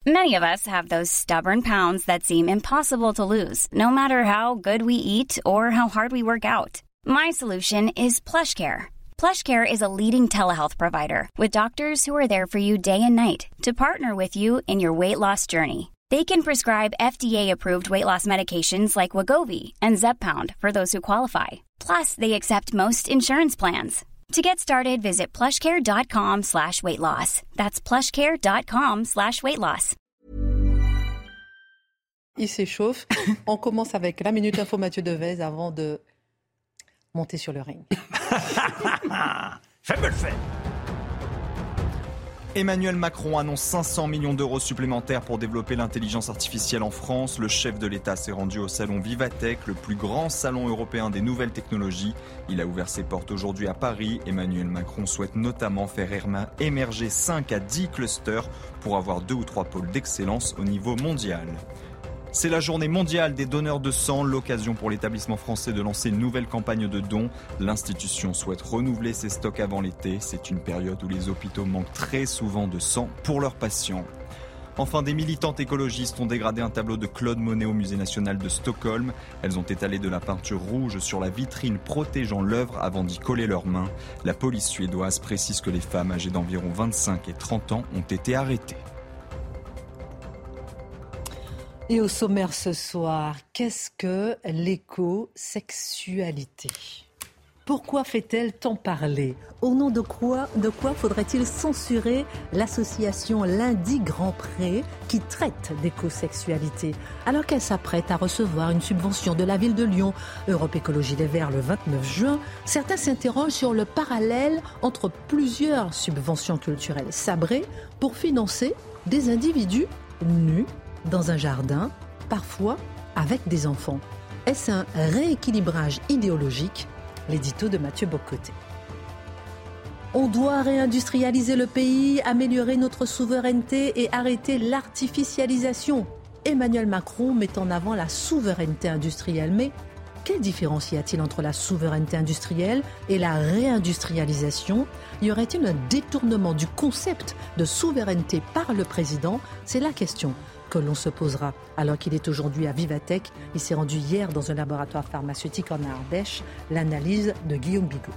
Many of us have those stubborn pounds that seem impossible to lose, no matter how good we eat or how hard we work out. My solution is PlushCare. PlushCare is a leading telehealth provider with doctors who are there for you day and night to partner with you in your weight loss journey. They can prescribe FDA-approved weight loss medications like Wegovy and Zepbound for those who qualify. Plus, they accept most insurance plans. To get started, visit plushcare.com/weightloss. That's plushcare.com/weightloss. Il s'échauffe. On commence avec la Minute Info Mathieu Devez avant de monter sur le ring. Fais-moi le fait. Emmanuel Macron annonce 500 millions d'euros supplémentaires pour développer l'intelligence artificielle en France. Le chef de l'État s'est rendu au salon Vivatech, le plus grand salon européen des nouvelles technologies. Il a ouvert ses portes aujourd'hui à Paris. Emmanuel Macron souhaite notamment faire émerger 5 à 10 clusters pour avoir 2 ou 3 pôles d'excellence au niveau mondial. C'est la journée mondiale des donneurs de sang, l'occasion pour l'établissement français de lancer une nouvelle campagne de dons. L'institution souhaite renouveler ses stocks avant l'été. C'est une période où les hôpitaux manquent très souvent de sang pour leurs patients. Enfin, des militantes écologistes ont dégradé un tableau de Claude Monet au Musée national de Stockholm. Elles ont étalé de la peinture rouge sur la vitrine protégeant l'œuvre avant d'y coller leurs mains. La police suédoise précise que les femmes âgées d'environ 25 et 30 ans ont été arrêtées. Et au sommaire ce soir, qu'est-ce que l'écosexualité ? Pourquoi fait-elle tant parler ? Au nom de quoi faudrait-il censurer l'association Lundi Grand Pré qui traite d'écosexualité alors qu'elle s'apprête à recevoir une subvention de la ville de Lyon, Europe Écologie Les Verts le 29 juin, certains s'interrogent sur le parallèle entre plusieurs subventions culturelles sabrées pour financer des individus nus dans un jardin, parfois avec des enfants. Est-ce un rééquilibrage idéologique ? L'édito de Mathieu Bocoté. On doit réindustrialiser le pays, améliorer notre souveraineté et arrêter l'artificialisation. Emmanuel Macron met en avant la souveraineté industrielle. Mais quelle différence y a-t-il entre la souveraineté industrielle et la réindustrialisation ? Y aurait-il un détournement du concept de souveraineté par le président ? C'est la question que l'on se posera alors qu'il est aujourd'hui à Vivatech. Il s'est rendu hier dans un laboratoire pharmaceutique en Ardèche. L'analyse de Guillaume Bigot.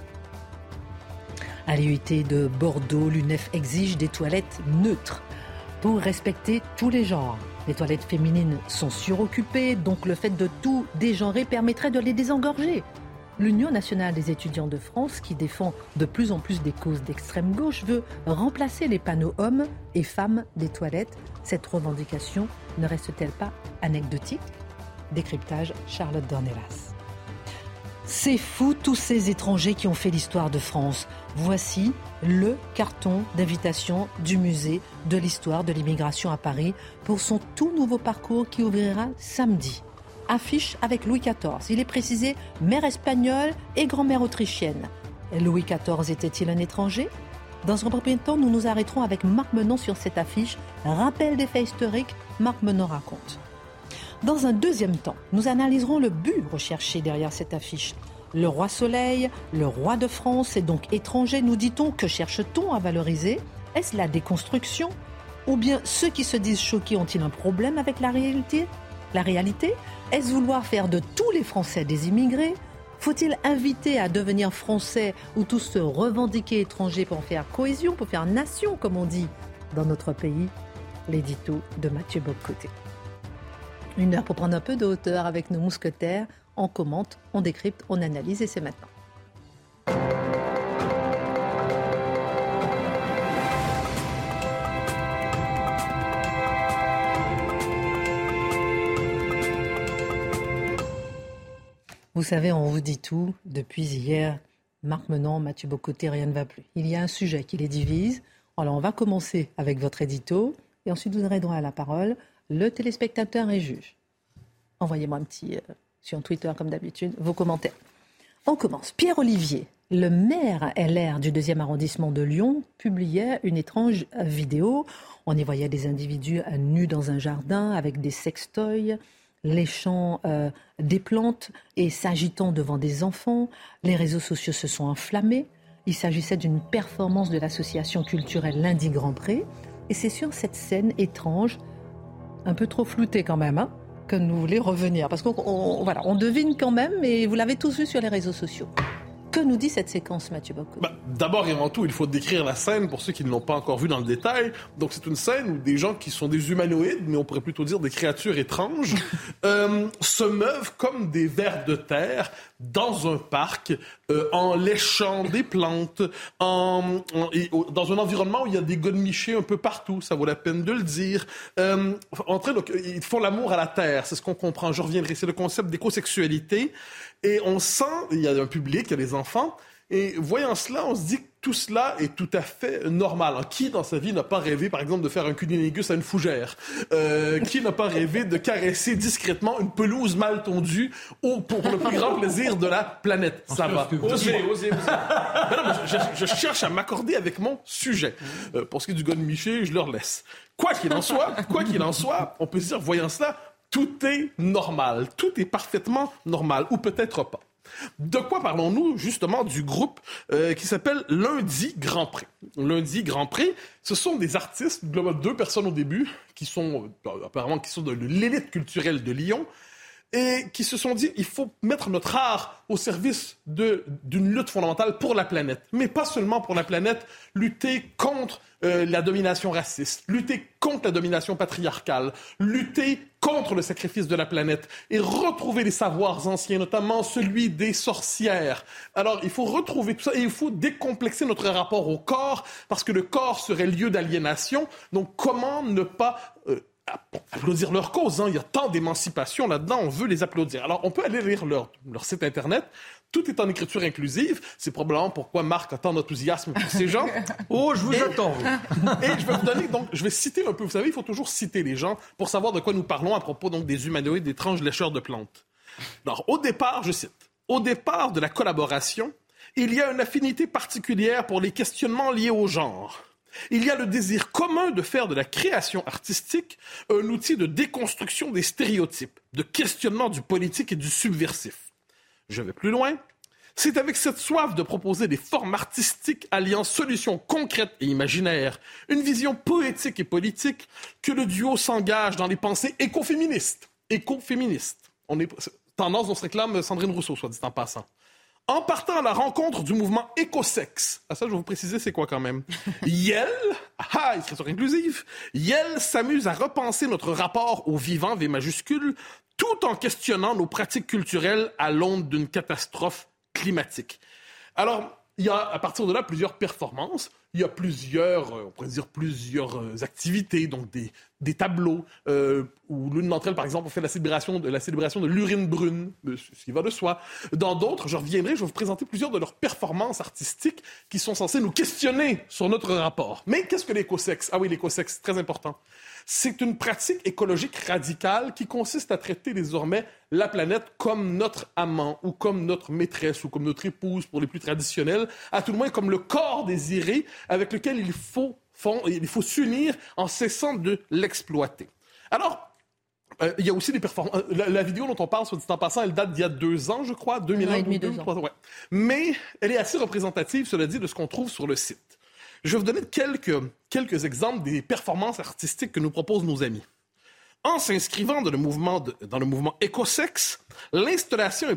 À l'IUT de Bordeaux, l'UNEF exige des toilettes neutres pour respecter tous les genres. Les toilettes féminines sont suroccupées, donc le fait de tout dégenrer permettrait de les désengorger. L'Union nationale des étudiants de France, qui défend de plus en plus des causes d'extrême gauche, veut remplacer les panneaux hommes et femmes des toilettes. Cette revendication ne reste-t-elle pas anecdotique ? Décryptage, Charlotte Dornelas. C'est fou, tous ces étrangers qui ont fait l'histoire de France. Voici le carton d'invitation du musée de l'histoire de l'immigration à Paris pour son tout nouveau parcours qui ouvrira samedi. Affiche avec Louis XIV. Il est précisé mère espagnole et grand-mère autrichienne. Louis XIV était-il un étranger ? Dans un premier temps, nous nous arrêterons avec Marc Menon sur cette affiche. Rappel des faits historiques, Marc Menon raconte. Dans un deuxième temps, nous analyserons le but recherché derrière cette affiche. Le roi Soleil, le roi de France est donc étranger, nous dit-on. Que cherche-t-on à valoriser ? Est-ce la déconstruction ? Ou bien ceux qui se disent choqués ont-ils un problème avec la réalité ? Est-ce vouloir faire de tous les Français des immigrés ? Faut-il inviter à devenir français ou tous se revendiquer étrangers pour faire cohésion, pour faire nation, comme on dit dans notre pays ? L'édito de Mathieu Bocoté. 1 heure pour prendre un peu de hauteur avec nos mousquetaires. On commente, on décrypte, on analyse et c'est maintenant. Vous savez, on vous dit tout depuis hier. Marc Menon, Mathieu Bocoté, rien ne va plus. Il y a un sujet qui les divise. Alors on va commencer avec votre édito et ensuite vous aurez droit à la parole. Le téléspectateur est juge. Envoyez-moi un petit sur Twitter comme d'habitude vos commentaires. On commence. Pierre Olivier, le maire LR du 2e arrondissement de Lyon, publiait une étrange vidéo. On y voyait des individus nus dans un jardin avec des sextoys, léchant des plantes et s'agitant devant des enfants. Les réseaux sociaux se sont enflammés. Il s'agissait d'une performance de l'association culturelle Lundi Grand Pré. Et c'est sur cette scène étrange un peu trop flouté quand même, hein, que nous voulez revenir. Parce qu'on devine quand même, mais vous l'avez tous vu sur les réseaux sociaux. Que nous dit cette séquence, Mathieu Bocoté ? D'abord et avant tout, il faut décrire la scène pour ceux qui ne l'ont pas encore vue dans le détail. Donc, c'est une scène où des gens qui sont des humanoïdes, mais on pourrait plutôt dire des créatures étranges, se meuvent comme des vers de terre dans un parc, en léchant des plantes, dans un environnement où il y a des godemichés un peu partout, ça vaut la peine de le dire. Donc, ils font l'amour à la terre, c'est ce qu'on comprend. Je reviendrai, c'est le concept d'écosexualité. Et on sent, il y a un public, il y a des enfants, et voyant cela, on se dit que tout cela est tout à fait normal. Qui, dans sa vie, n'a pas rêvé, par exemple, de faire un cunnilingus à une fougère? Qui n'a pas rêvé de caresser discrètement une pelouse mal tondue pour le plus grand plaisir de la planète? Ça va. Osez. Je cherche à m'accorder avec mon sujet. Pour ce qui est du godemiché, je leur laisse. Quoi qu'il en soit, on peut se dire, voyant cela, tout est normal, tout est parfaitement normal, ou peut-être pas. De quoi parlons-nous, justement, du groupe qui s'appelle Lundi Grand Prix? Lundi Grand Prix, ce sont des artistes, globalement 2 personnes au début, qui sont de l'élite culturelle de Lyon, et qui se sont dit, il faut mettre notre art au service d'une lutte fondamentale pour la planète. Mais pas seulement pour la planète, lutter contre la domination raciste, lutter contre la domination patriarcale, lutter contre le sacrifice de la planète et retrouver les savoirs anciens, notamment celui des sorcières. Alors, il faut retrouver tout ça et il faut décomplexer notre rapport au corps parce que le corps serait lieu d'aliénation. Donc, comment ne pas applaudir leur cause, hein? Il y a tant d'émancipation là-dedans, on veut les applaudir. Alors, on peut aller lire leur site Internet. Tout est en écriture inclusive. C'est probablement pourquoi Marc a tant d'enthousiasme pour ces gens. Oh, je vous attends. Et je vais vous donner, donc, je vais citer un peu. Vous savez, il faut toujours citer les gens pour savoir de quoi nous parlons à propos donc des humanoïdes, d'étranges lécheurs de plantes. Alors, au départ, je cite, au départ de la collaboration, il y a une affinité particulière pour les questionnements liés au genre. Il y a le désir commun de faire de la création artistique un outil de déconstruction des stéréotypes, de questionnement du politique et du subversif. Je vais plus loin. C'est avec cette soif de proposer des formes artistiques alliant solutions concrètes et imaginaires, une vision poétique et politique, que le duo s'engage dans les pensées écoféministes. Tendance dont se réclame Sandrine Rousseau, soit dit en passant. En partant à la rencontre du mouvement écosexe, ça je vais vous préciser c'est quoi quand même, Yel, écriture inclusive, Yel s'amuse à repenser notre rapport au vivant, V majuscule, tout en questionnant nos pratiques culturelles à l'aune d'une catastrophe climatique. Alors, il y a à partir de là plusieurs performances, il y a plusieurs activités, donc des tableaux, où l'une d'entre elles, par exemple, on fait la célébration de l'urine brune, ce qui va de soi. Dans d'autres, je vais vous présenter plusieurs de leurs performances artistiques qui sont censées nous questionner sur notre rapport. Mais qu'est-ce que l'écosexe? Ah oui, l'écosexe, très important. C'est une pratique écologique radicale qui consiste à traiter désormais la planète comme notre amant ou comme notre maîtresse ou comme notre épouse pour les plus traditionnels, à tout le moins comme le corps désiré avec lequel il faut s'unir en cessant de l'exploiter. Alors, il y a aussi des performances. La vidéo dont on parle, soit dit en passant, elle date d'il y a 2 ans, je crois, 2001, 2 ans. Ouais. Mais elle est assez représentative, cela dit, de ce qu'on trouve sur le site. Je vais vous donner quelques exemples des performances artistiques que nous proposent nos amis. En s'inscrivant dans le mouvement écosexe, l'installation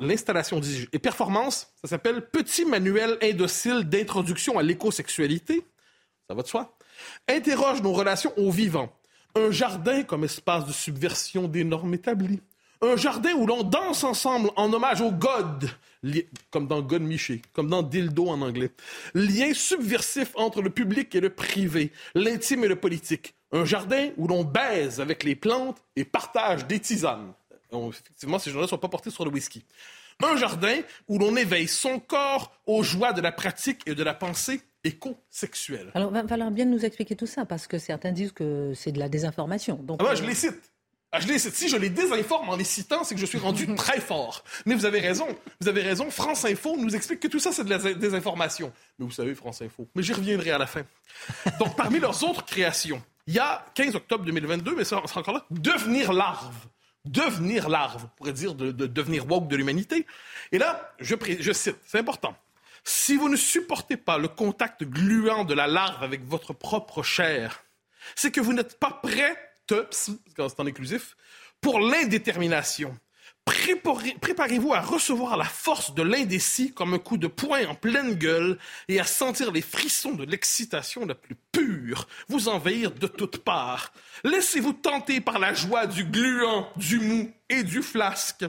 et performance, ça s'appelle Petit manuel indocile d'introduction à l'écosexualité, ça va de soi, interroge nos relations au vivant. Un jardin comme espace de subversion des normes établies. Un jardin où l'on danse ensemble en hommage au God, comme dans God Miché, comme dans Dildo en anglais. Lien subversif entre le public et le privé, l'intime et le politique. Un jardin où l'on baise avec les plantes et partage des tisanes. Effectivement, ces gens-là ne sont pas portés sur le whisky. Un jardin où l'on éveille son corps aux joies de la pratique et de la pensée éco-sexuelle. Alors, il va falloir bien nous expliquer tout ça, parce que certains disent que c'est de la désinformation. Donc, je les cite. Si je les désinforme en les citant, c'est que je suis rendu très fort. Mais vous avez raison. France Info nous explique que tout ça, c'est de la désinformation. Mais vous savez, France Info. Mais j'y reviendrai à la fin. Donc, parmi leurs autres créations, il y a 15 octobre 2022, mais c'est encore là, Devenir larve. Devenir larve, on pourrait dire de devenir woke de l'humanité. Et là, je cite, c'est important. Si vous ne supportez pas le contact gluant de la larve avec votre propre chair, c'est que vous n'êtes pas prêt TEPS, quand c'est en inclusif, pour l'indétermination. Préparez-vous à recevoir la force de l'indécis comme un coup de poing en pleine gueule et à sentir les frissons de l'excitation la plus pure vous envahir de toutes parts. Laissez-vous tenter par la joie du gluant, du mou et du flasque.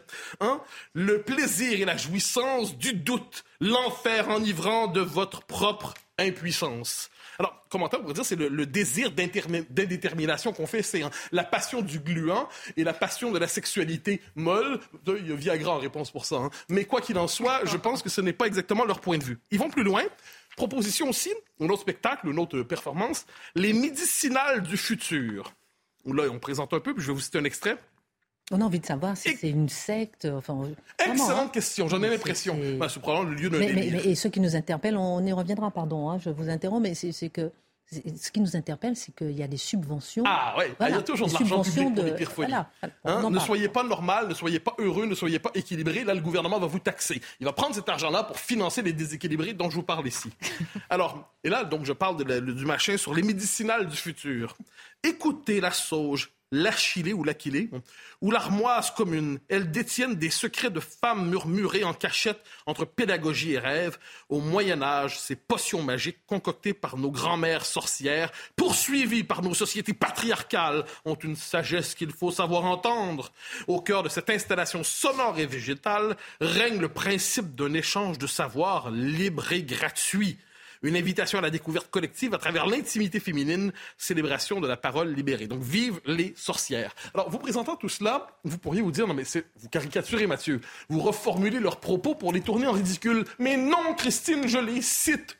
Le plaisir et la jouissance du doute, l'enfer enivrant de votre propre impuissance. Alors, commentaire, on pourrait dire, c'est le désir d'indétermination qu'on fait, c'est la passion du gluant et la passion de la sexualité molle. Il y a Viagra en réponse pour ça. Mais quoi qu'il en soit, je pense que ce n'est pas exactement leur point de vue. Ils vont plus loin. Proposition aussi, un autre spectacle, une autre performance, les médicinales du futur. Où là, on présente un peu, puis je vais vous citer un extrait. On a envie de savoir si c'est une secte. Excellente question, j'en ai l'impression. C'est probablement le lieu d'un délire. Et ceux qui nous interpellent, on y reviendra, pardon, je vous interromps, mais c'est que ce qui nous interpelle, c'est qu'il y a des subventions. Ah oui, il y a toujours de l'argent public pour des pires folies. Ne soyez pas normal, ne soyez pas heureux, ne soyez pas équilibré. Là, le gouvernement va vous taxer. Il va prendre cet argent-là pour financer les déséquilibrés dont je vous parle ici. Alors, et là, donc, je parle du machin sur les médicinales du futur. Écoutez la sauge, l'achillée ou l'aquilée, ou l'armoise commune. Elles détiennent des secrets de femmes murmurés en cachette entre pédagogie et rêve. Au Moyen-Âge, ces potions magiques concoctées par nos grands-mères sorcières, poursuivies par nos sociétés patriarcales, ont une sagesse qu'il faut savoir entendre. Au cœur de cette installation sonore et végétale règne le principe d'un échange de savoir libre et gratuit. Une invitation à la découverte collective à travers l'intimité féminine, célébration de la parole libérée. Donc, vive les sorcières. Alors, vous présentant tout cela, vous pourriez vous dire, non mais vous caricaturez Mathieu, vous reformulez leurs propos pour les tourner en ridicule. Mais non, Christine, je les cite.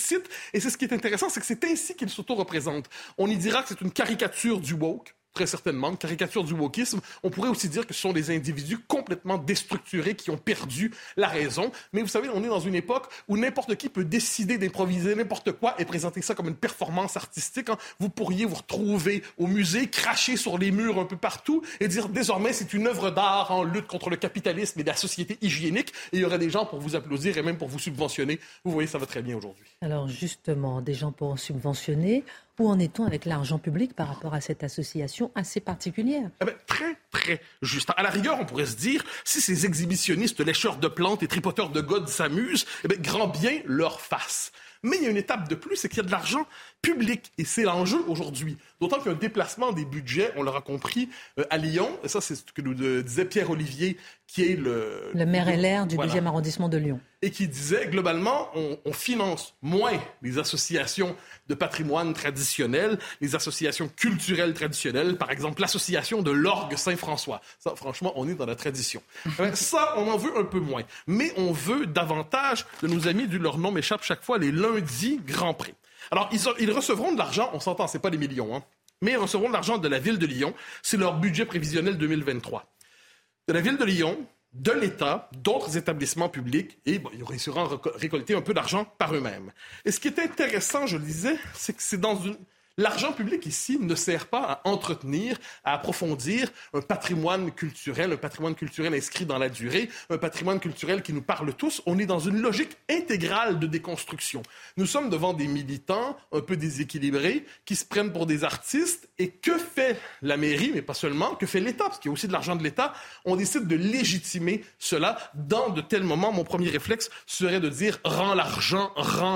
Et c'est ce qui est intéressant, c'est que c'est ainsi qu'ils s'auto-représentent. On y dira que c'est une caricature du woke. Très certainement, caricature du wokisme. On pourrait aussi dire que ce sont des individus complètement déstructurés qui ont perdu la raison. Mais vous savez, on est dans une époque où n'importe qui peut décider d'improviser n'importe quoi et présenter ça comme une performance artistique. Vous pourriez vous retrouver au musée, cracher sur les murs un peu partout et dire désormais c'est une œuvre d'art en lutte contre le capitalisme et la société hygiénique. Et il y aurait des gens pour vous applaudir et même pour vous subventionner. Vous voyez, ça va très bien aujourd'hui. Alors justement, des gens pour subventionner. Où en est-on avec l'argent public par rapport à cette association assez particulière? Très, très juste. À la rigueur, on pourrait se dire, si ces exhibitionnistes, lécheurs de plantes et tripoteurs de godes s'amusent, grand bien leur face. Mais il y a une étape de plus, c'est qu'il y a de l'argent public. Et c'est l'enjeu aujourd'hui. D'autant qu'il y a un déplacement des budgets, on l'aura compris, à Lyon. Et ça, c'est ce que nous disait Pierre Olivier, qui est le maire LR du 12e arrondissement de Lyon. Et qui disait, globalement, on finance moins les associations de patrimoine traditionnel, les associations culturelles traditionnelles, par exemple l'association de l'Orgue Saint-François. Ça, franchement, on est dans la tradition. Ça, on en veut un peu moins. Mais on veut davantage de nos amis, leur nom m'échappe chaque fois, les lundis Grand Prix. Alors, ils recevront de l'argent, on s'entend, c'est pas des millions, mais ils recevront de l'argent de la Ville de Lyon. C'est leur budget prévisionnel 2023. De la Ville de Lyon, de l'État, d'autres établissements publics, et ils réussiront à récolter un peu d'argent par eux-mêmes. Et ce qui est intéressant, je le disais, c'est que c'est dans une... L'argent public ici ne sert pas à entretenir, à approfondir un patrimoine culturel inscrit dans la durée, un patrimoine culturel qui nous parle tous. On est dans une logique intégrale de déconstruction. Nous sommes devant des militants un peu déséquilibrés qui se prennent pour des artistes. Et que fait la mairie, mais pas seulement, que fait l'État, parce qu'il y a aussi de l'argent de l'État. On décide de légitimer cela. Dans de tels moments, mon premier réflexe serait de dire « rends l'argent ».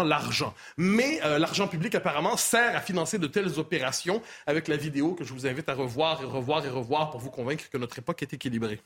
Mais l'argent public, apparemment, sert à financer de telles opérations avec la vidéo que je vous invite à revoir pour vous convaincre que notre époque est équilibrée.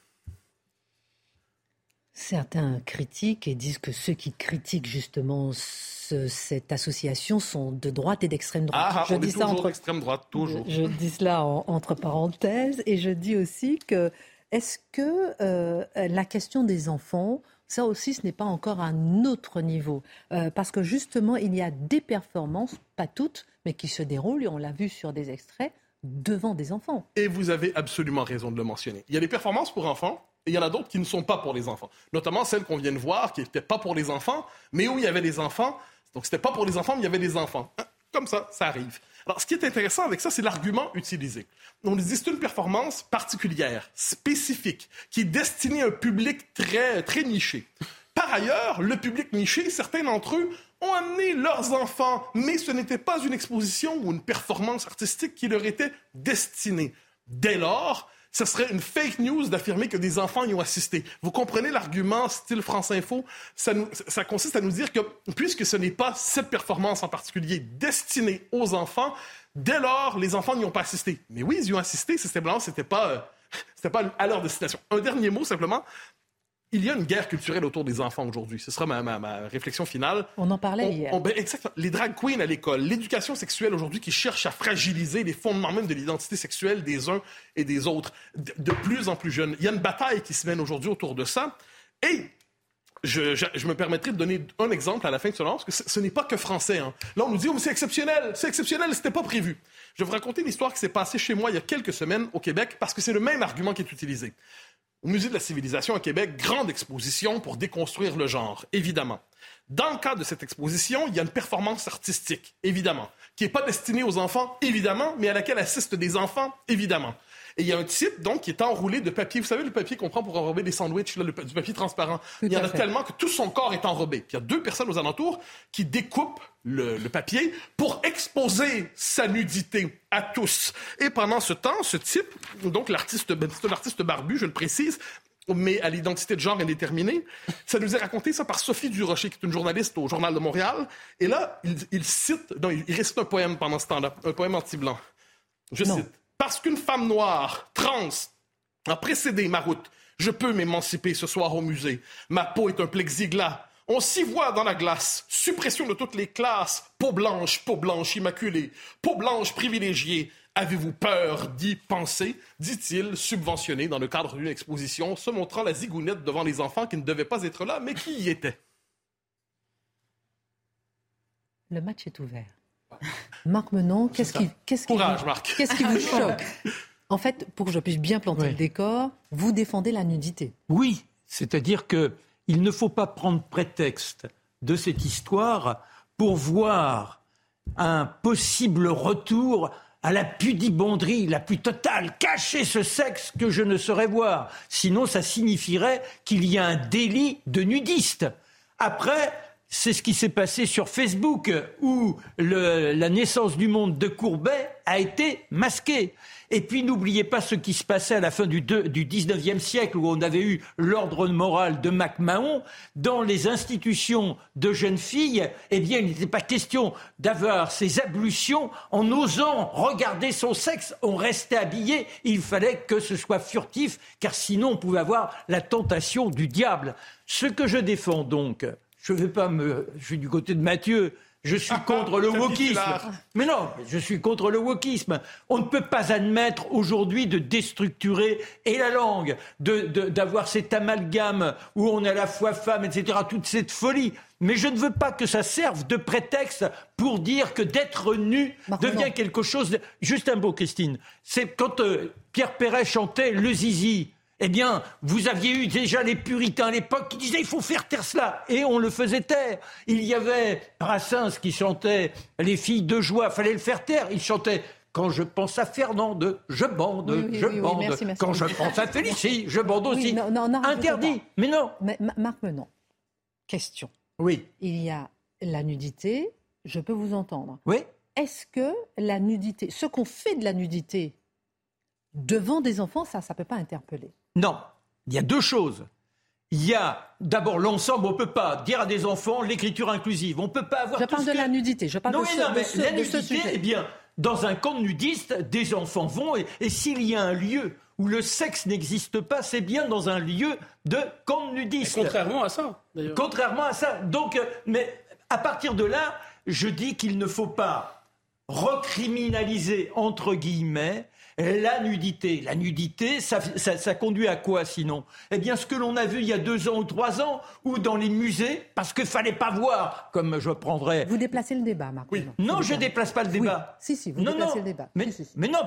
Certains critiquent et disent que ceux qui critiquent justement cette association sont de droite et d'extrême droite. On est toujours d'extrême droite, toujours. Je dis cela entre parenthèses et je dis aussi que est-ce que la question des enfants, ça aussi, ce n'est pas encore un autre niveau. Parce que justement, il y a des performances, pas toutes, mais qui se déroulent, et on l'a vu sur des extraits, devant des enfants. Et vous avez absolument raison de le mentionner. Il y a des performances pour enfants, et il y en a d'autres qui ne sont pas pour les enfants. Notamment celles qu'on vient de voir, qui n'étaient pas pour les enfants, mais où il y avait des enfants. Donc, c'était pas pour les enfants, mais il y avait des enfants. Comme ça arrive. Alors, ce qui est intéressant avec ça, c'est l'argument utilisé. On dit c'est une performance particulière, spécifique, qui est destinée à un public très, très niché. Par ailleurs, le public niché, certains d'entre eux ont amené leurs enfants, mais ce n'était pas une exposition ou une performance artistique qui leur était destinée. Dès lors, ce serait une fake news d'affirmer que des enfants y ont assisté. Vous comprenez l'argument style France Info? Ça consiste à nous dire que, puisque ce n'est pas cette performance en particulier destinée aux enfants, dès lors, les enfants n'y ont pas assisté. Mais oui, ils y ont assisté, c'était pas à leur destination. Un dernier mot, simplement. Il y a une guerre culturelle autour des enfants aujourd'hui. Ce sera ma réflexion finale. On en parlait hier. Exactement. Les drag queens à l'école, l'éducation sexuelle aujourd'hui qui cherche à fragiliser les fondements même de l'identité sexuelle des uns et des autres, de plus en plus jeunes. Il y a une bataille qui se mène aujourd'hui autour de ça. Et je me permettrai de donner un exemple à la fin de ce lance, parce que ce n'est pas que français. Hein. Là, on nous dit « Oh, mais c'est exceptionnel, c'était pas prévu ». Je vais vous raconter l'histoire qui s'est passée chez moi il y a quelques semaines au Québec, parce que c'est le même argument qui est utilisé. Au Musée de la Civilisation à Québec, grande exposition pour déconstruire le genre, évidemment. Dans le cadre de cette exposition, il y a une performance artistique, évidemment, qui n'est pas destinée aux enfants, évidemment, mais à laquelle assistent des enfants, évidemment. Et il y a un type, donc, qui est enroulé de papier. Vous savez, le papier qu'on prend pour enrober des sandwichs, là, du papier transparent. Il y en a tellement que tout son corps est enrobé. Puis il y a 2 personnes aux alentours qui découpent le papier pour exposer sa nudité à tous. Et pendant ce temps, ce type, donc c'est un artiste barbu, je le précise, mais à l'identité de genre indéterminée, ça nous est raconté ça par Sophie Durocher, qui est une journaliste au Journal de Montréal. Et là, il récite un poème pendant ce temps-là, un poème anti-blanc. Je cite. Parce qu'une femme noire, trans, a précédé ma route, je peux m'émanciper ce soir au musée. Ma peau est un plexiglas. On s'y voit dans la glace. Suppression de toutes les classes. Peau blanche immaculée. Peau blanche privilégiée. Avez-vous peur d'y penser? Dit-il, subventionné dans le cadre d'une exposition, se montrant la zigounette devant les enfants qui ne devaient pas être là, mais qui y étaient. Le match est ouvert. Marc Menon, qu'est-ce qui vous choque? En fait, pour que je puisse bien planter le décor, vous défendez la nudité. Oui, c'est-à-dire qu'il ne faut pas prendre prétexte de cette histoire pour voir un possible retour à la pudibonderie la plus totale. Cacher ce sexe que je ne saurais voir. Sinon, ça signifierait qu'il y a un délit de nudiste. Après... C'est ce qui s'est passé sur Facebook, où la naissance du monde de Courbet a été masquée. Et puis, n'oubliez pas ce qui se passait à la fin du 19e siècle, où on avait eu l'ordre moral de MacMahon. Dans les institutions de jeunes filles, eh bien, il n'était pas question d'avoir ces ablutions en osant regarder son sexe. On restait habillé, il fallait que ce soit furtif, car sinon on pouvait avoir la tentation du diable. Ce que je défends donc... Je suis du côté de Mathieu. Je suis contre le wokisme. Mais non, je suis contre le wokisme. On ne peut pas admettre aujourd'hui de déstructurer et la langue, d'avoir cet amalgame où on est à la fois femme, etc., toute cette folie. Mais je ne veux pas que ça serve de prétexte pour dire que d'être nu devient quelque chose... Juste un mot, Christine. C'est quand Pierre Perret chantait « Le zizi ». Eh bien, vous aviez eu déjà les puritains à l'époque qui disaient « il faut faire taire cela » et on le faisait taire. Il y avait Brassens qui chantait « Les filles de joie », il fallait le faire taire. Il chantait « Quand je pense à Fernande, je bande, bande. Merci. Quand je pense à Félicie, je bande aussi. » Interdit, mais non. Mais, Marc Menon, question. Oui. Il y a la nudité, je peux vous entendre. Oui. Est-ce que la nudité, ce qu'on fait de la nudité devant des enfants, ça ne peut pas interpeller? Non, il y a 2 choses. Il y a d'abord l'ensemble, on ne peut pas dire à des enfants l'écriture inclusive. On ne peut pas avoir. Je parle de la nudité, je parle de ce sujet. Eh bien, dans un camp de nudistes, des enfants vont, et s'il y a un lieu où le sexe n'existe pas, c'est bien dans un lieu de camp de nudistes. Et contrairement à ça, d'ailleurs. Contrairement à ça. Donc, mais à partir de là, je dis qu'il ne faut pas recriminaliser, entre guillemets, la nudité. La nudité, ça conduit à quoi sinon? Eh bien, ce que l'on a vu il y a 2 ans ou 3 ans, ou dans les musées, parce qu'il ne fallait pas voir, comme je prendrais... Vous déplacez le débat, Marc. Oui. Non, je ne déplace pas le débat. Oui. Si, vous déplacez le débat. Mais non,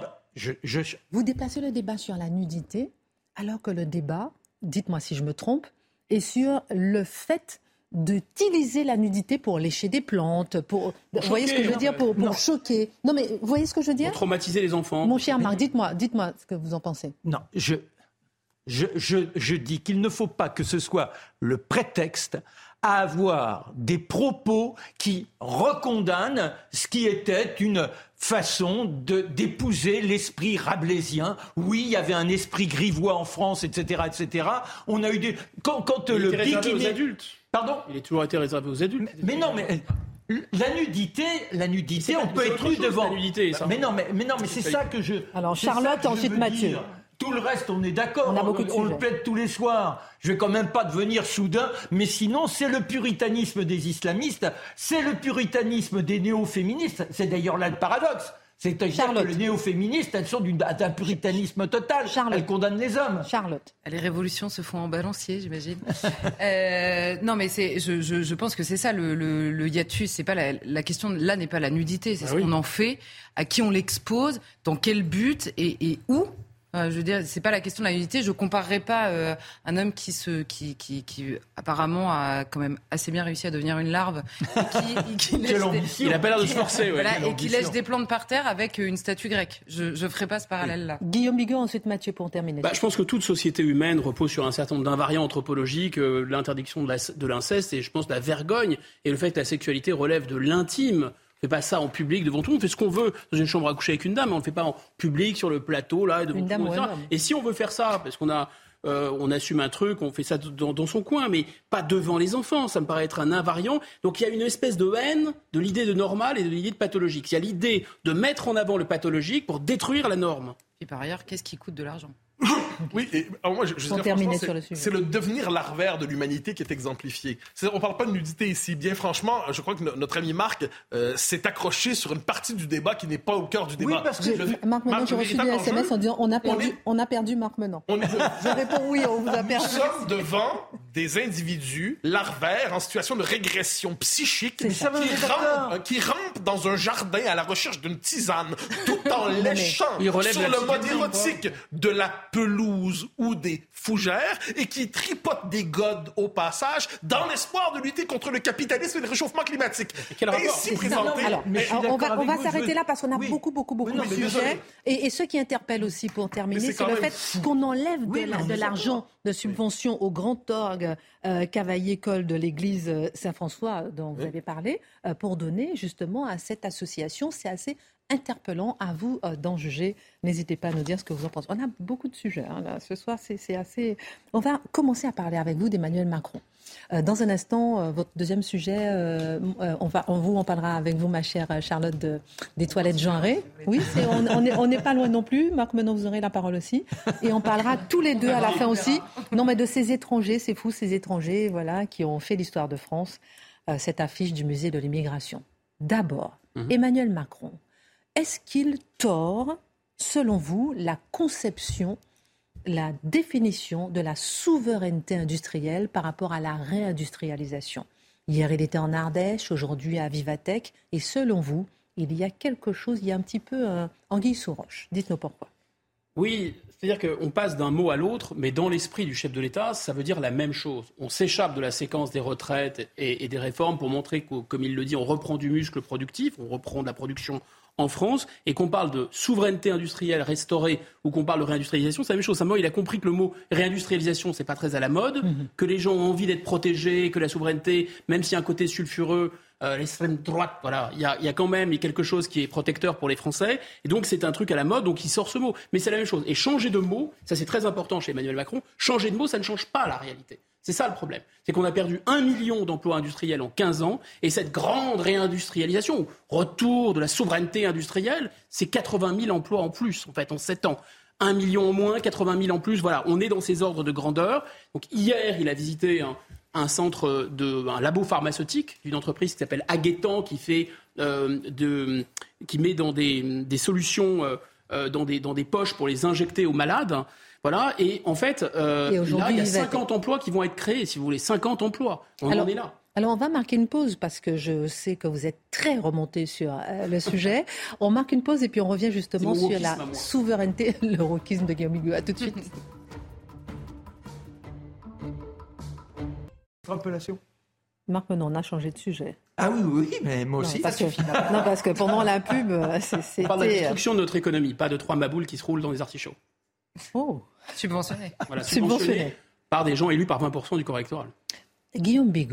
Vous déplacez le débat sur la nudité, alors que le débat, dites-moi si je me trompe, est sur le fait d'utiliser la nudité pour lécher des plantes, pour vous voyez ce que je veux dire, pour choquer. Non, mais vous voyez ce que je veux dire? Pour traumatiser les enfants. Mon cher Marc, dites-moi ce que vous en pensez. Non, je dis qu'il ne faut pas que ce soit le prétexte à avoir des propos qui recondamnent ce qui était une façon d'épouser l'esprit rabelaisien. Oui, il y avait un esprit grivois en France, etc., etc. On a eu des... Quand le bikini... aux adultes. Pardon ? Il a toujours été réservé aux adultes. Mais non, mais... La nudité, on peut être nu devant. La nudité, ça. Mais non, mais c'est ça que je... Alors, c'est ça Charlotte, que je ensuite veux Mathieu. dire. Tout le reste, on est d'accord. On a beaucoup de on le sujets. plaide tous les soirs. Je vais quand même pas devenir soudain. Mais sinon, c'est le puritanisme des islamistes. C'est le puritanisme des néo-féministes. C'est d'ailleurs là le paradoxe. C'est-à-dire que les néo-féministes, elles sont d'un puritanisme total. Charlotte. Elles condamnent les hommes. Charlotte. Les révolutions se font en balancier, j'imagine. Non, mais je pense que c'est ça le hiatus. C'est pas la question. Là n'est pas la nudité. C'est ce qu'on en fait, à qui on l'expose, dans quel but et où. Je veux dire, c'est pas la question de la nudité. Je comparerais pas un homme qui apparemment a quand même assez bien réussi à devenir une larve, et qui Il a pas l'air de se forcer, voilà, et qui lèche des plantes par terre avec une statue grecque. Je ferai pas ce parallèle-là. Guillaume Bigot, ensuite Mathieu pour terminer. Je pense que toute société humaine repose sur un certain nombre d'invariants anthropologiques, l'interdiction de l'inceste et je pense de la vergogne et le fait que la sexualité relève de l'intime. On ne fait pas ça en public devant tout le monde. On fait ce qu'on veut dans une chambre à coucher avec une dame, mais on ne le fait pas en public, sur le plateau, là, devant tout le monde. Et si on veut faire ça, parce qu'on on assume un truc, on fait ça dans son coin, mais pas devant les enfants, ça me paraît être un invariant. Donc il y a une espèce de haine de l'idée de normal et de l'idée de pathologique. Il y a l'idée de mettre en avant le pathologique pour détruire la norme. Et par ailleurs, qu'est-ce qui coûte de l'argent ? Oui, et alors moi, je dirais, terminer sur le sujet. C'est le devenir larvaire de l'humanité qui est exemplifié. On ne parle pas de nudité ici. Bien franchement, je crois que notre ami Marc s'est accroché sur une partie du débat qui n'est pas au cœur du débat. Oui, parce que Marc Menon, j'ai reçu des SMS en disant on a perdu Marc Menon. Je réponds oui, on vous a perdu. Nous sommes devant des individus larvaires en situation de régression psychique qui rampent dans un jardin à la recherche d'une tisane tout en léchant sur le mode érotique de la pelouse ou des fougères et qui tripotent des godes au passage dans l'espoir de lutter contre le capitalisme et le réchauffement climatique. Ainsi présenté... On va s'arrêter là parce qu'on a beaucoup de sujets. Et ce qui interpelle aussi pour terminer, c'est le fait qu'on enlève de l'argent de subvention au grand orgue Cavaillé-Col de l'église Saint-François dont vous avez parlé pour donner justement à cette association. C'est assez interpellant, à vous d'en juger. N'hésitez pas à nous dire ce que vous en pensez. On a beaucoup de sujets là. Ce soir, c'est assez... On va commencer à parler avec vous d'Emmanuel Macron. Dans un instant, votre deuxième sujet, on parlera avec vous, ma chère Charlotte, des toilettes genrées. Oui, on n'est pas loin non plus. Marc Menon, vous aurez la parole aussi. Et on parlera tous les deux à la fin aussi. Non, mais de ces étrangers, c'est fou, ces étrangers, voilà, qui ont fait l'histoire de France. Cette affiche du musée de l'immigration. D'abord, Emmanuel Macron. Est-ce qu'il tord, selon vous, la conception, la définition de la souveraineté industrielle par rapport à la réindustrialisation ? Hier, il était en Ardèche, aujourd'hui à Vivatech. Et selon vous, il y a quelque chose, il y a un petit peu anguille sous roche. Dites-nous pourquoi. Oui, c'est-à-dire qu'on passe d'un mot à l'autre, mais dans l'esprit du chef de l'État, ça veut dire la même chose. On s'échappe de la séquence des retraites et des réformes pour montrer que, comme il le dit, on reprend du muscle productif, on reprend de la production en France, et qu'on parle de souveraineté industrielle restaurée ou qu'on parle de réindustrialisation, c'est la même chose. Simplement, il a compris que le mot réindustrialisation, c'est pas très à la mode, que les gens ont envie d'être protégés, que la souveraineté, même s'il y a un côté sulfureux, l'extrême droite, voilà, il y a quand même quelque chose qui est protecteur pour les Français, et donc c'est un truc à la mode, donc il sort ce mot. Mais c'est la même chose. Et changer de mot, ça c'est très important chez Emmanuel Macron, changer de mot, ça ne change pas la réalité. C'est ça le problème. C'est qu'on a perdu 1 million d'emplois industriels en 15 ans, et cette grande réindustrialisation, retour de la souveraineté industrielle, c'est 80 000 emplois en plus, en fait, en 7 ans. 1 million en moins, 80 000 en plus, voilà, on est dans ces ordres de grandeur. Donc hier, il a visité un centre, un labo pharmaceutique d'une entreprise qui s'appelle Aguetan, qui met dans des solutions dans des poches pour les injecter aux malades. Voilà, et en fait, là, il y a 50 emplois qui vont être créés, si vous voulez, 50 emplois. On en est là. Alors, on va marquer une pause parce que je sais que vous êtes très remonté sur le sujet. On marque une pause et puis on revient justement sur la souveraineté, le wokisme de Guillaume Bigot. À tout de suite. Rappellation. Marc Menon, on a changé de sujet. Ah oui, mais moi aussi, parce que pendant la pub, c'était... On parle de la destruction de notre économie, pas de 3 maboules qui se roulent dans les artichauts. Oh. Subventionné. Voilà, subventionné par des gens élus par 20% du corps électoral. Guillaume Bigot,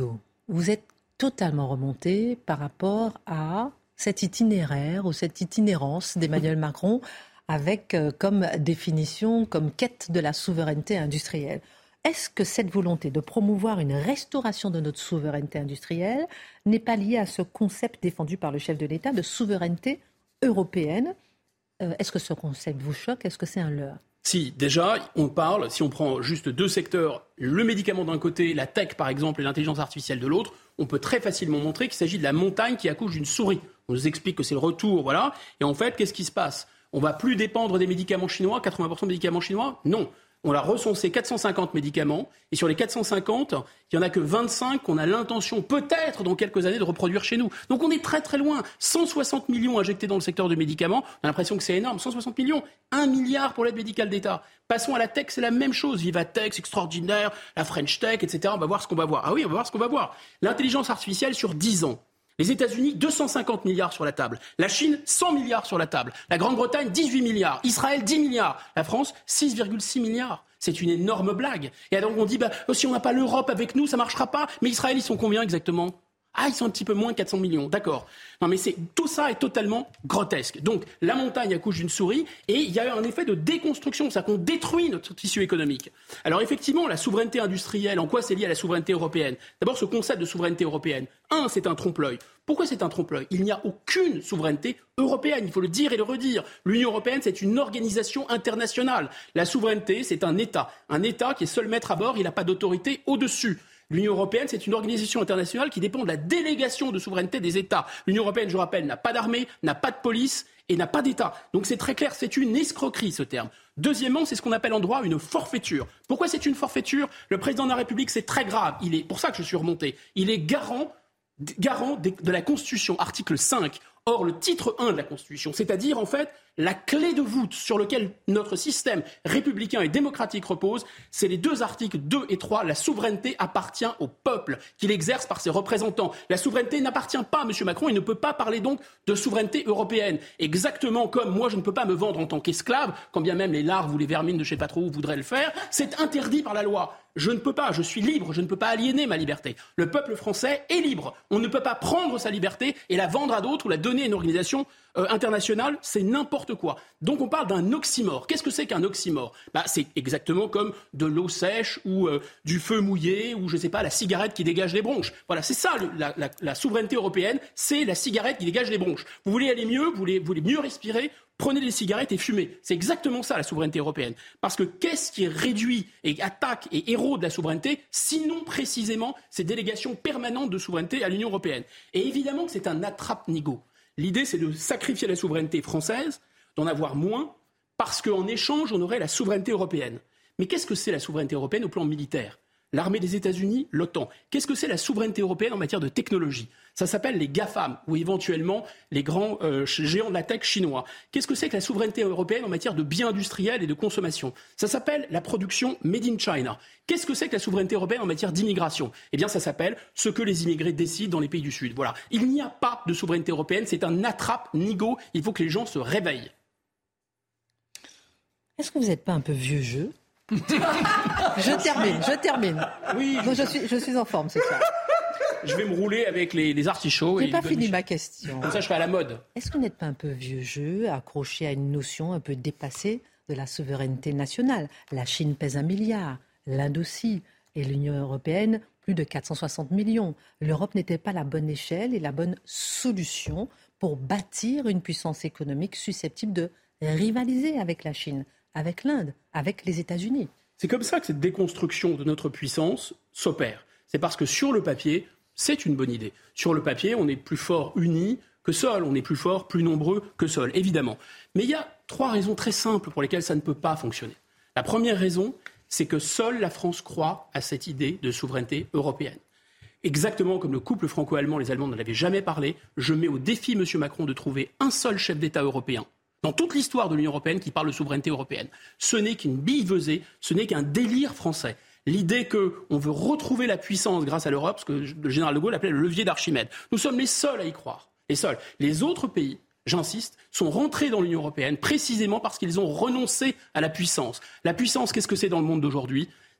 vous êtes totalement remonté par rapport à cet itinéraire ou cette itinérance d'Emmanuel Macron avec comme définition, comme quête de la souveraineté industrielle. Est-ce que cette volonté de promouvoir une restauration de notre souveraineté industrielle n'est pas liée à ce concept défendu par le chef de l'État de souveraineté européenne ? Est-ce que ce concept vous choque ? Est-ce que c'est un leurre ? Si, déjà, si on prend juste deux secteurs, le médicament d'un côté, la tech par exemple et l'intelligence artificielle de l'autre, on peut très facilement montrer qu'il s'agit de la montagne qui accouche d'une souris. On nous explique que c'est le retour, voilà. Et en fait, qu'est-ce qui se passe ? On ne va plus dépendre des médicaments chinois, 80% de médicaments chinois ? Non. On a recensé 450 médicaments, et sur les 450, il n'y en a que 25 qu'on a l'intention, peut-être dans quelques années, de reproduire chez nous. Donc on est très très loin. 160 millions injectés dans le secteur du médicament, on a l'impression que c'est énorme. 160 millions, 1 milliard pour l'aide médicale d'État. Passons à la tech, c'est la même chose. Vivatech, c'est extraordinaire, la French Tech, etc. On va voir ce qu'on va voir. Ah oui, on va voir ce qu'on va voir. L'intelligence artificielle sur 10 ans. Les États-Unis, 250 milliards sur la table. La Chine, 100 milliards sur la table. La Grande-Bretagne, 18 milliards. Israël, 10 milliards. La France, 6,6 milliards. C'est une énorme blague. Et donc on dit, si on n'a pas l'Europe avec nous, ça ne marchera pas. Mais Israël, ils sont combien exactement ? Ah, ils sont un petit peu moins de 400 millions, d'accord. Non, mais tout ça est totalement grotesque. Donc, la montagne accouche d'une souris et il y a un effet de déconstruction, c'est-à-dire qu'on détruit notre tissu économique. Alors, effectivement, la souveraineté industrielle, en quoi c'est lié à la souveraineté européenne ? D'abord, ce concept de souveraineté européenne. C'est un trompe-l'œil. Pourquoi c'est un trompe-l'œil ? Il n'y a aucune souveraineté européenne, il faut le dire et le redire. L'Union européenne, c'est une organisation internationale. La souveraineté, c'est un État qui est seul maître à bord, il n'a pas d'autorité au-dessus. L'Union européenne, c'est une organisation internationale qui dépend de la délégation de souveraineté des États. L'Union européenne, je rappelle, n'a pas d'armée, n'a pas de police et n'a pas d'État. Donc c'est très clair, c'est une escroquerie ce terme. Deuxièmement, c'est ce qu'on appelle en droit une forfaiture. Pourquoi c'est une forfaiture ? Le président de la République, c'est très grave. Pour ça que je suis remonté. Il est garant de la Constitution, article 5. Or, le titre 1 de la Constitution, c'est-à-dire en fait la clé de voûte sur laquelle notre système républicain et démocratique repose, c'est les deux articles 2 et 3. La souveraineté appartient au peuple, qu'il exerce par ses représentants. La souveraineté n'appartient pas à M. Macron, il ne peut pas parler donc de souveraineté européenne. Exactement comme moi, je ne peux pas me vendre en tant qu'esclave, quand bien même les larves ou les vermines de je ne sais pas trop où voudraient le faire. C'est interdit par la loi. Je ne peux pas, je suis libre, je ne peux pas aliéner ma liberté. Le peuple français est libre. On ne peut pas prendre sa liberté et la vendre à d'autres ou la donner à une organisation internationale, c'est n'importe quoi. Donc on parle d'un oxymore. Qu'est-ce que c'est qu'un oxymore ? C'est exactement comme de l'eau sèche ou du feu mouillé ou je ne sais pas, la cigarette qui dégage les bronches. Voilà, c'est ça la souveraineté européenne, c'est la cigarette qui dégage les bronches. Vous voulez aller mieux, vous voulez mieux respirer ? Prenez des cigarettes et fumez. C'est exactement ça la souveraineté européenne. Parce que qu'est-ce qui réduit et attaque et érode la souveraineté, sinon précisément ces délégations permanentes de souveraineté à l'Union européenne ? Et évidemment que c'est un attrape-nigo. L'idée, c'est de sacrifier la souveraineté française, d'en avoir moins, parce qu'en échange, on aurait la souveraineté européenne. Mais qu'est-ce que c'est la souveraineté européenne au plan militaire ? L'armée des États-Unis, l'OTAN. Qu'est-ce que c'est la souveraineté européenne en matière de technologie ? Ça s'appelle les GAFAM, ou éventuellement les grands géants de la tech chinois. Qu'est-ce que c'est que la souveraineté européenne en matière de biens industriels et de consommation ? Ça s'appelle la production Made in China. Qu'est-ce que c'est que la souveraineté européenne en matière d'immigration ? Eh bien, ça s'appelle ce que les immigrés décident dans les pays du Sud. Voilà. Il n'y a pas de souveraineté européenne, c'est un attrape-nigo. Il faut que les gens se réveillent. Est-ce que vous n'êtes pas un peu vieux jeu ? Je termine. Oui. Donc je suis en forme ce soir. Je vais me rouler avec les artichauts. Je n'ai pas fini ma question. Comme ça, je serai à la mode. Est-ce que vous n'êtes pas un peu vieux jeu, accroché à une notion un peu dépassée de la souveraineté nationale ? La Chine pèse 1 milliard, l'Inde aussi, et l'Union européenne, plus de 460 millions. L'Europe n'était pas la bonne échelle et la bonne solution pour bâtir une puissance économique susceptible de rivaliser avec la Chine, avec l'Inde, avec les États-Unis. C'est comme ça que cette déconstruction de notre puissance s'opère. C'est parce que sur le papier, c'est une bonne idée. Sur le papier, on est plus fort unis que seul, on est plus fort, plus nombreux que seul, évidemment. Mais il y a 3 raisons très simples pour lesquelles ça ne peut pas fonctionner. La première raison, c'est que seule la France croit à cette idée de souveraineté européenne. Exactement comme le couple franco-allemand, les Allemands n'en avaient jamais parlé, je mets au défi M. Macron de trouver un seul chef d'État européen dans toute l'histoire de l'Union européenne qui parle de souveraineté européenne. Ce n'est qu'une billevesée, ce n'est qu'un délire français. L'idée qu'on veut retrouver la puissance grâce à l'Europe, ce que le général de Gaulle appelait le levier d'Archimède. Nous sommes les seuls à y croire. Les seuls. Les autres pays, j'insiste, sont rentrés dans l'Union européenne précisément parce qu'ils ont renoncé à la puissance. La puissance, qu'est-ce que c'est dans le monde d'aujourd'hui ?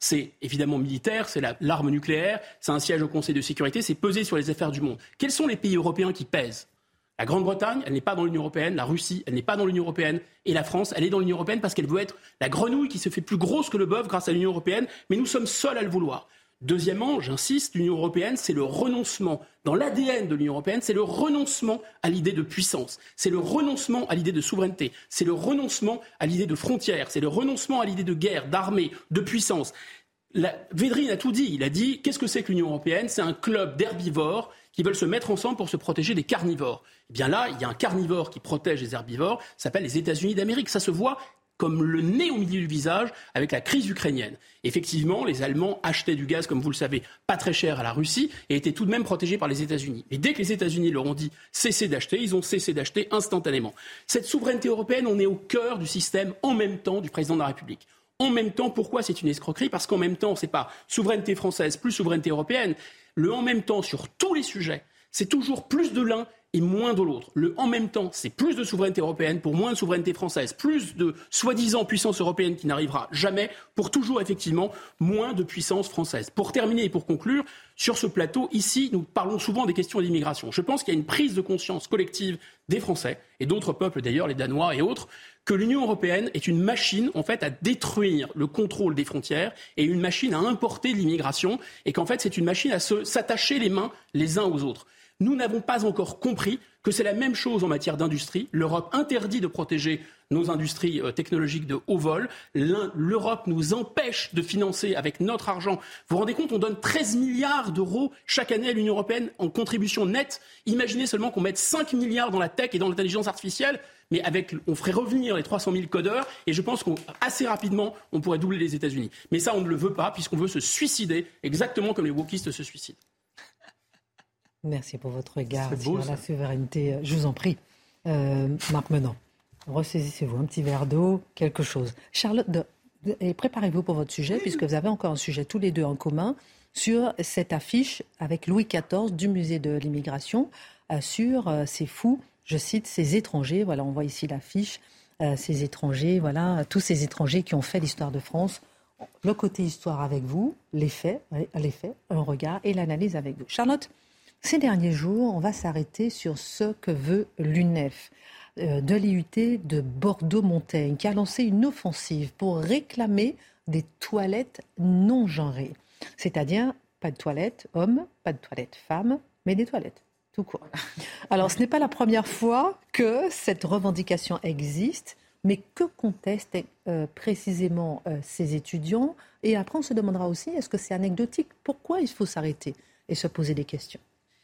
c'est évidemment militaire, c'est l'arme nucléaire, c'est un siège au Conseil de sécurité, c'est peser sur les affaires du monde. Quels sont les pays européens qui pèsent ? La Grande-Bretagne, elle n'est pas dans l'Union européenne. La Russie, elle n'est pas dans l'Union européenne. Et la France, elle est dans l'Union européenne parce qu'elle veut être la grenouille qui se fait plus grosse que le bœuf grâce à l'Union européenne. Mais nous sommes seuls à le vouloir. Deuxièmement, j'insiste, l'Union européenne, c'est le renoncement. Dans l'ADN de l'Union européenne, c'est le renoncement à l'idée de puissance. C'est le renoncement à l'idée de souveraineté. C'est le renoncement à l'idée de frontières. C'est le renoncement à l'idée de guerre, d'armée, de puissance. Védrine a tout dit. Il a dit, qu'est-ce que c'est que l'Union européenne ? C'est un club d'herbivores qui veulent se mettre ensemble pour se protéger des carnivores. Eh bien là, il y a un carnivore qui protège les herbivores, ça s'appelle les États-Unis d'Amérique. Ça se voit comme le nez au milieu du visage avec la crise ukrainienne. Effectivement, les Allemands achetaient du gaz, comme vous le savez, pas très cher à la Russie et étaient tout de même protégés par les États-Unis. Et dès que les États-Unis leur ont dit cessez d'acheter, ils ont cessé d'acheter instantanément. Cette souveraineté européenne, on est au cœur du système en même temps du président de la République. En même temps, pourquoi c'est une escroquerie ? Parce qu'en même temps, c'est pas souveraineté française plus souveraineté européenne. Le en même temps sur tous les sujets, c'est toujours plus de l'un et moins de l'autre. Le en même temps, c'est plus de souveraineté européenne pour moins de souveraineté française, plus de soi-disant puissance européenne qui n'arrivera jamais, pour toujours effectivement moins de puissance française. Pour terminer et pour conclure, sur ce plateau, ici, nous parlons souvent des questions d'immigration. Je pense qu'il y a une prise de conscience collective des Français, et d'autres peuples d'ailleurs, les Danois et autres, que l'Union européenne est une machine en fait à détruire le contrôle des frontières et une machine à importer l'immigration, et qu'en fait c'est une machine à s'attacher les mains les uns aux autres. Nous n'avons pas encore compris que c'est la même chose en matière d'industrie. L'Europe interdit de protéger nos industries technologiques de haut vol. L'Europe nous empêche de financer avec notre argent. Vous vous rendez compte, on donne 13 milliards d'euros chaque année à l'Union européenne en contribution nette. Imaginez seulement qu'on mette 5 milliards dans la tech et dans l'intelligence artificielle, mais on ferait revenir les 300 000 codeurs et je pense qu'assez rapidement, on pourrait doubler les États-Unis. Mais ça, on ne le veut pas puisqu'on veut se suicider exactement comme les wokistes se suicident. Merci pour votre regard sur la souveraineté. Je vous en prie. Marc Menant, ressaisissez-vous un petit verre d'eau, quelque chose. Charlotte, et préparez-vous pour votre sujet, puisque vous avez encore un sujet tous les deux en commun sur cette affiche avec Louis XIV du musée de l'immigration sur ces fous, je cite, ces étrangers. Voilà, on voit ici l'affiche, ces étrangers, voilà, tous ces étrangers qui ont fait l'histoire de France. Le côté histoire avec vous, les faits, un regard et l'analyse avec vous. Charlotte, ces derniers jours, on va s'arrêter sur ce que veut l'UNEF de l'IUT de Bordeaux-Montaigne, qui a lancé une offensive pour réclamer des toilettes non genrées. C'est-à-dire, pas de toilettes hommes, pas de toilettes femmes, mais des toilettes, tout court. Alors, ce n'est pas la première fois que cette revendication existe, mais que contestent précisément ces étudiants ? Et après, on se demandera aussi, est-ce que c'est anecdotique ? Pourquoi il faut s'arrêter et se poser des questions ?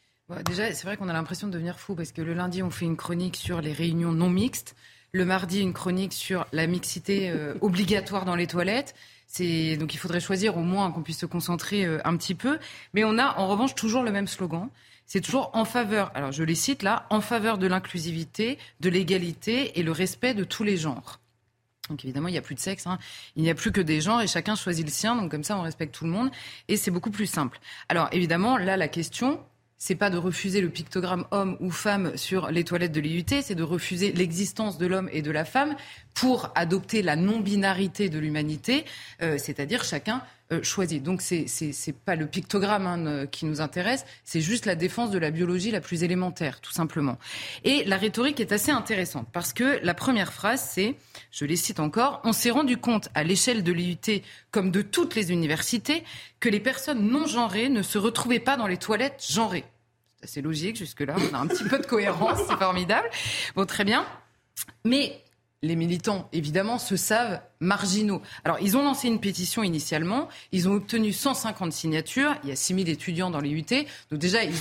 Déjà, c'est vrai qu'on a l'impression de devenir fou parce que le lundi, on fait une chronique sur les réunions non mixtes. Le mardi, une chronique sur la mixité obligatoire dans les toilettes. Donc il faudrait choisir au moins qu'on puisse se concentrer un petit peu. Mais on a en revanche toujours le même slogan. C'est toujours en faveur, alors je les cite là, en faveur de l'inclusivité, de l'égalité et le respect de tous les genres. Donc évidemment, il n'y a plus de sexe, il n'y a plus que des genres et chacun choisit le sien. Donc comme ça, on respecte tout le monde et c'est beaucoup plus simple. Alors évidemment, là, la question... c'est pas de refuser le pictogramme homme ou femme sur les toilettes de l'IUT, c'est de refuser l'existence de l'homme et de la femme pour adopter la non-binarité de l'humanité, c'est-à-dire chacun choisit. Donc c'est pas le pictogramme qui nous intéresse, c'est juste la défense de la biologie la plus élémentaire, tout simplement. Et la rhétorique est assez intéressante parce que la première phrase, c'est, je les cite encore, « On s'est rendu compte à l'échelle de l'IUT, comme de toutes les universités, que les personnes non genrées ne se retrouvaient pas dans les toilettes genrées. » C'est logique, jusque-là, on a un petit peu de cohérence, c'est formidable. Bon, très bien. Mais les militants, évidemment, se savent marginaux. Alors, ils ont lancé une pétition initialement, ils ont obtenu 150 signatures, il y a 6000 étudiants dans les UT, donc déjà, ils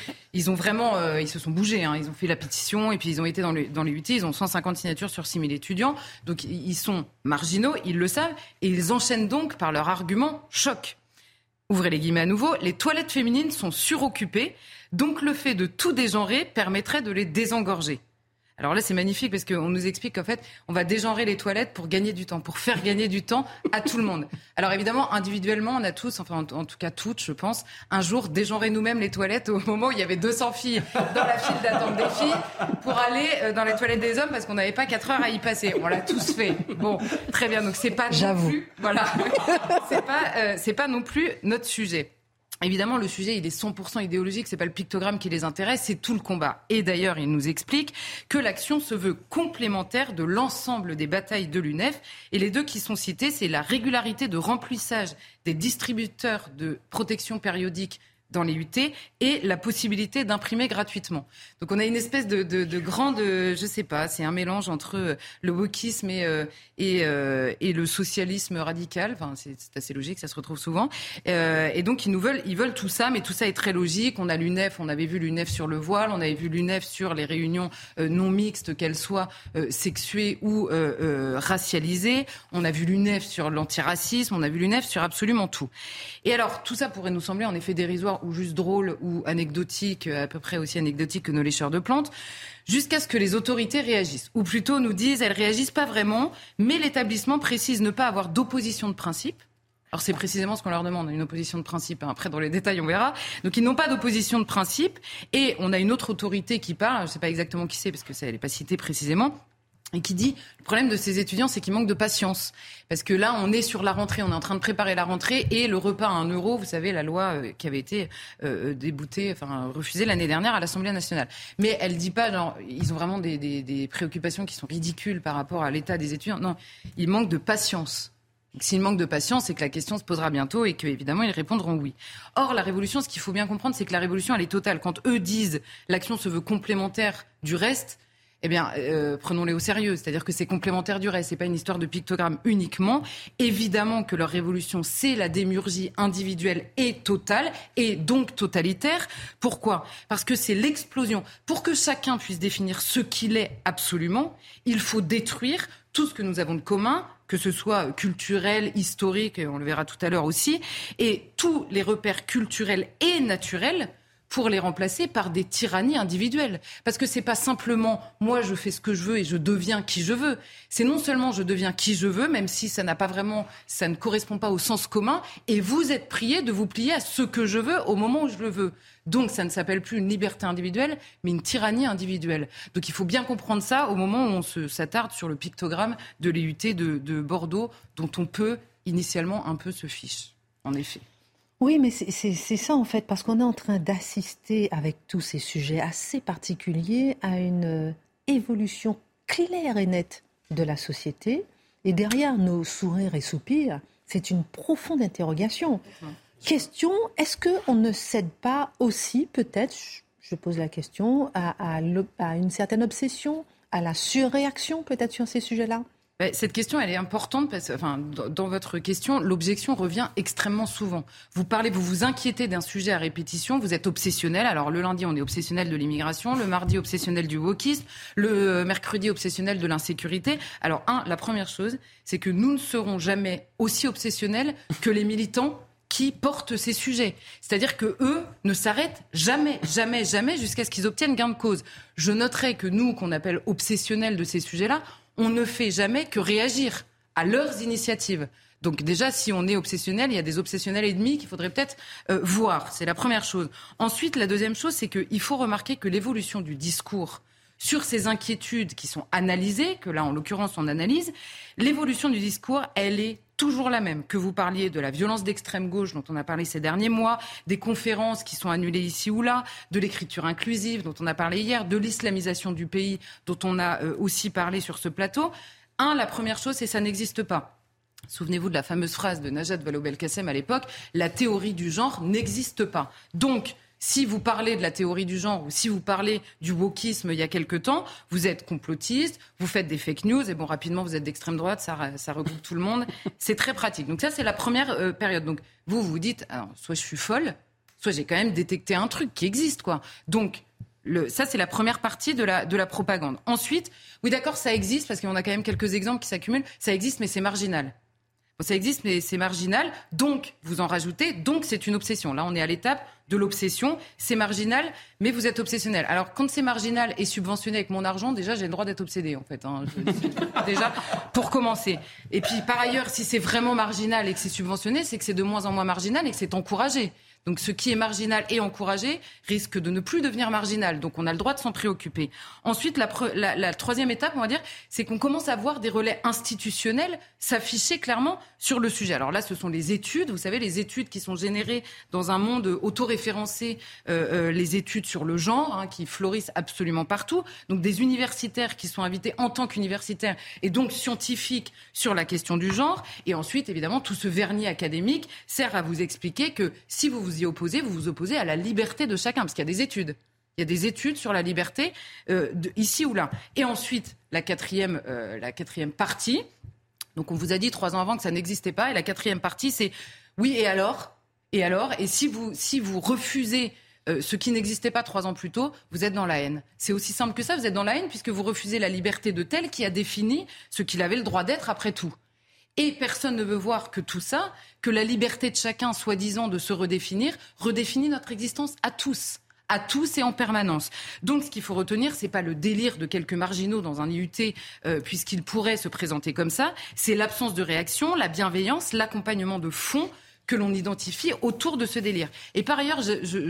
se sont bougés, ils ont fait la pétition, et puis ils ont été dans les UT, ils ont 150 signatures sur 6000 étudiants, donc ils sont marginaux, ils le savent, et ils enchaînent donc par leur argument choc. Ouvrez les guillemets à nouveau, les toilettes féminines sont suroccupées, donc le fait de tout dégenrer permettrait de les désengorger. Alors là, c'est magnifique parce qu'on nous explique qu'en fait, on va dégenrer les toilettes pour gagner du temps, pour faire gagner du temps à tout le monde. Alors évidemment, individuellement, on a tous, enfin en tout cas toutes, je pense, un jour dégenré nous-mêmes les toilettes au moment où il y avait 200 filles dans la file d'attente des filles pour aller dans les toilettes des hommes parce qu'on n'avait pas 4 heures à y passer. On l'a tous fait. Bon, très bien. Donc c'est pas non plus, voilà, c'est pas non plus notre sujet. Évidemment, le sujet, il est 100% idéologique. C'est pas le pictogramme qui les intéresse, c'est tout le combat. Et d'ailleurs, il nous explique que l'action se veut complémentaire de l'ensemble des batailles de l'UNEF. Et les deux qui sont cités, c'est la régularité de remplissage des distributeurs de protection périodique dans les UT et la possibilité d'imprimer gratuitement. Donc on a une espèce de grande, je sais pas, c'est un mélange entre le wokisme et le socialisme radical. Enfin, c'est assez logique, ça se retrouve souvent. Et donc ils veulent tout ça, mais tout ça est très logique. On a l'UNEF, on avait vu l'UNEF sur le voile, on avait vu l'UNEF sur les réunions non mixtes, qu'elles soient sexuées ou racialisées. On a vu l'UNEF sur l'antiracisme, on a vu l'UNEF sur absolument tout. Et alors tout ça pourrait nous sembler en effet dérisoire ou juste drôle ou anecdotique, à peu près aussi anecdotique que nos lécheurs de plantes, jusqu'à ce que les autorités réagissent. Ou plutôt nous disent, elles réagissent pas vraiment, mais l'établissement précise ne pas avoir d'opposition de principe. Alors c'est précisément ce qu'on leur demande, une opposition de principe. Après, dans les détails, on verra. Donc ils n'ont pas d'opposition de principe. Et on a une autre autorité qui parle, je ne sais pas exactement qui c'est, parce que ça, elle n'est pas citée précisément, et qui dit, le problème de ces étudiants, c'est qu'ils manquent de patience. Parce que là, on est sur la rentrée, on est en train de préparer la rentrée, et le repas à 1 euro, vous savez, la loi qui avait été refusée l'année dernière à l'Assemblée nationale. Mais elle dit pas, genre, ils ont vraiment des préoccupations qui sont ridicules par rapport à l'état des étudiants. Non, ils manquent de patience. S'il manque de patience, c'est que la question se posera bientôt et qu'évidemment, ils répondront oui. Or, la révolution, ce qu'il faut bien comprendre, c'est que la révolution, elle est totale. Quand eux disent l'action se veut complémentaire du reste, eh bien, prenons-les au sérieux. C'est-à-dire que c'est complémentaire du reste. C'est pas une histoire de pictogramme uniquement. Évidemment que leur révolution, c'est la démiurgie individuelle et totale, et donc totalitaire. Pourquoi ? Parce que c'est l'explosion. Pour que chacun puisse définir ce qu'il est absolument, il faut détruire tout ce que nous avons de commun, que ce soit culturel, historique, on le verra tout à l'heure aussi, et tous les repères culturels et naturels, pour les remplacer par des tyrannies individuelles. Parce que c'est pas simplement moi je fais ce que je veux et je deviens qui je veux. C'est non seulement je deviens qui je veux, même si ça ne correspond pas au sens commun, et vous êtes priés de vous plier à ce que je veux au moment où je le veux. Donc ça ne s'appelle plus une liberté individuelle, mais une tyrannie individuelle. Donc il faut bien comprendre ça au moment où on s'attarde sur le pictogramme de l'IUT de Bordeaux, dont on peut initialement un peu se fiche, en effet. Oui, mais c'est ça en fait, parce qu'on est en train d'assister avec tous ces sujets assez particuliers à une évolution claire et nette de la société. Et derrière nos sourires et soupirs, c'est une profonde interrogation. Question, est-ce qu'on ne cède pas aussi, peut-être, je pose la question, à une certaine obsession, à la surréaction peut-être sur ces sujets-là ? Cette question, elle est importante parce que, dans votre question, l'objection revient extrêmement souvent. Vous vous inquiétez d'un sujet à répétition, vous êtes obsessionnel. Alors, le lundi, on est obsessionnel de l'immigration, le mardi, obsessionnel du wokisme, le mercredi, obsessionnel de l'insécurité. Alors, la première chose, c'est que nous ne serons jamais aussi obsessionnels que les militants qui portent ces sujets. C'est-à-dire que eux ne s'arrêtent jamais jusqu'à ce qu'ils obtiennent gain de cause. Je noterai que nous, qu'on appelle obsessionnels de ces sujets-là, on ne fait jamais que réagir à leurs initiatives. Donc déjà, si on est obsessionnel, il y a des obsessionnels ennemis qu'il faudrait peut-être voir. C'est la première chose. Ensuite, la deuxième chose, c'est qu'il faut remarquer que l'évolution du discours sur ces inquiétudes qui sont analysées, que là, en l'occurrence, on analyse, l'évolution du discours, elle est toujours la même. Que vous parliez de la violence d'extrême gauche dont on a parlé ces derniers mois, des conférences qui sont annulées ici ou là, de l'écriture inclusive dont on a parlé hier, de l'islamisation du pays dont on a aussi parlé sur ce plateau. La première chose, c'est que ça n'existe pas. Souvenez-vous de la fameuse phrase de Najat Vallaud-Belkacem à l'époque, la théorie du genre n'existe pas. Donc, si vous parlez de la théorie du genre ou si vous parlez du wokisme il y a quelque temps, vous êtes complotiste, vous faites des fake news et rapidement vous êtes d'extrême droite, ça regroupe tout le monde. C'est très pratique. Donc ça, c'est la première période. Donc vous dites, alors, soit je suis folle, soit j'ai quand même détecté un truc qui existe, quoi. Donc ça, c'est la première partie de la propagande. Ensuite, oui d'accord, ça existe parce qu'on a quand même quelques exemples qui s'accumulent. Ça existe, mais c'est marginal. Ça existe, mais c'est marginal. Donc, vous en rajoutez. Donc, c'est une obsession. Là, on est à l'étape de l'obsession. C'est marginal, mais vous êtes obsessionnel. Alors, quand c'est marginal et subventionné avec mon argent, déjà, j'ai le droit d'être obsédé, en fait. Déjà, pour commencer. Et puis, par ailleurs, si c'est vraiment marginal et que c'est subventionné, c'est que c'est de moins en moins marginal et que c'est encouragé. Donc ce qui est marginal et encouragé risque de ne plus devenir marginal. Donc on a le droit de s'en préoccuper. Ensuite, la troisième étape, on va dire, c'est qu'on commence à voir des relais institutionnels s'afficher clairement sur le sujet. Alors là, ce sont les études. Vous savez, les études qui sont générées dans un monde autoréférencé, les études sur le genre, qui florissent absolument partout. Donc des universitaires qui sont invités en tant qu'universitaires et donc scientifiques sur la question du genre. Et ensuite, évidemment, tout ce vernis académique sert à vous expliquer que si vous vous y opposez, vous vous opposez à la liberté de chacun, parce qu'il y a des études. Il y a des études sur la liberté, ici ou là. Et ensuite, la quatrième partie, donc on vous a dit 3 ans avant que ça n'existait pas, et la quatrième partie, c'est oui, et alors ? Et si vous refusez ce qui n'existait pas 3 ans plus tôt, vous êtes dans la haine. C'est aussi simple que ça, vous êtes dans la haine, puisque vous refusez la liberté de tel qui a défini ce qu'il avait le droit d'être après tout. Et personne ne veut voir que tout ça, que la liberté de chacun, soi-disant, de se redéfinit notre existence à tous et en permanence. Donc ce qu'il faut retenir, c'est pas le délire de quelques marginaux dans un IUT, puisqu'ils pourraient se présenter comme ça, c'est l'absence de réaction, la bienveillance, l'accompagnement de fond que l'on identifie autour de ce délire. Et par ailleurs,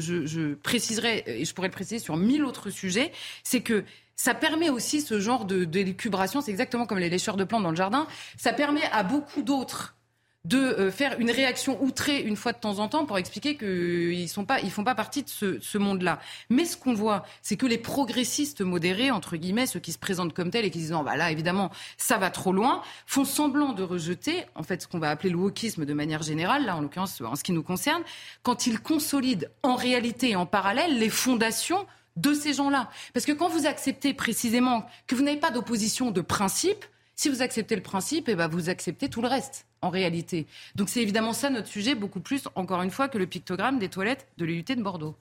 je préciserai, et je pourrais le préciser sur 1000 autres sujets, c'est que ça permet aussi ce genre d'élucubration, c'est exactement comme les lécheurs de plantes dans le jardin, ça permet à beaucoup d'autres de faire une réaction outrée une fois de temps en temps pour expliquer qu'ils font pas partie de ce monde-là. Mais ce qu'on voit, c'est que les progressistes modérés, entre guillemets, ceux qui se présentent comme tels et qui disent non, bah là, évidemment, ça va trop loin, font semblant de rejeter, en fait, ce qu'on va appeler le wokisme de manière générale, là, en l'occurrence, en ce qui nous concerne, quand ils consolident en réalité et en parallèle les fondations de ces gens-là. Parce que quand vous acceptez précisément que vous n'avez pas d'opposition de principe, si vous acceptez le principe, vous acceptez tout le reste, en réalité. Donc c'est évidemment ça notre sujet, beaucoup plus, encore une fois, que le pictogramme des toilettes de l'IUT de Bordeaux.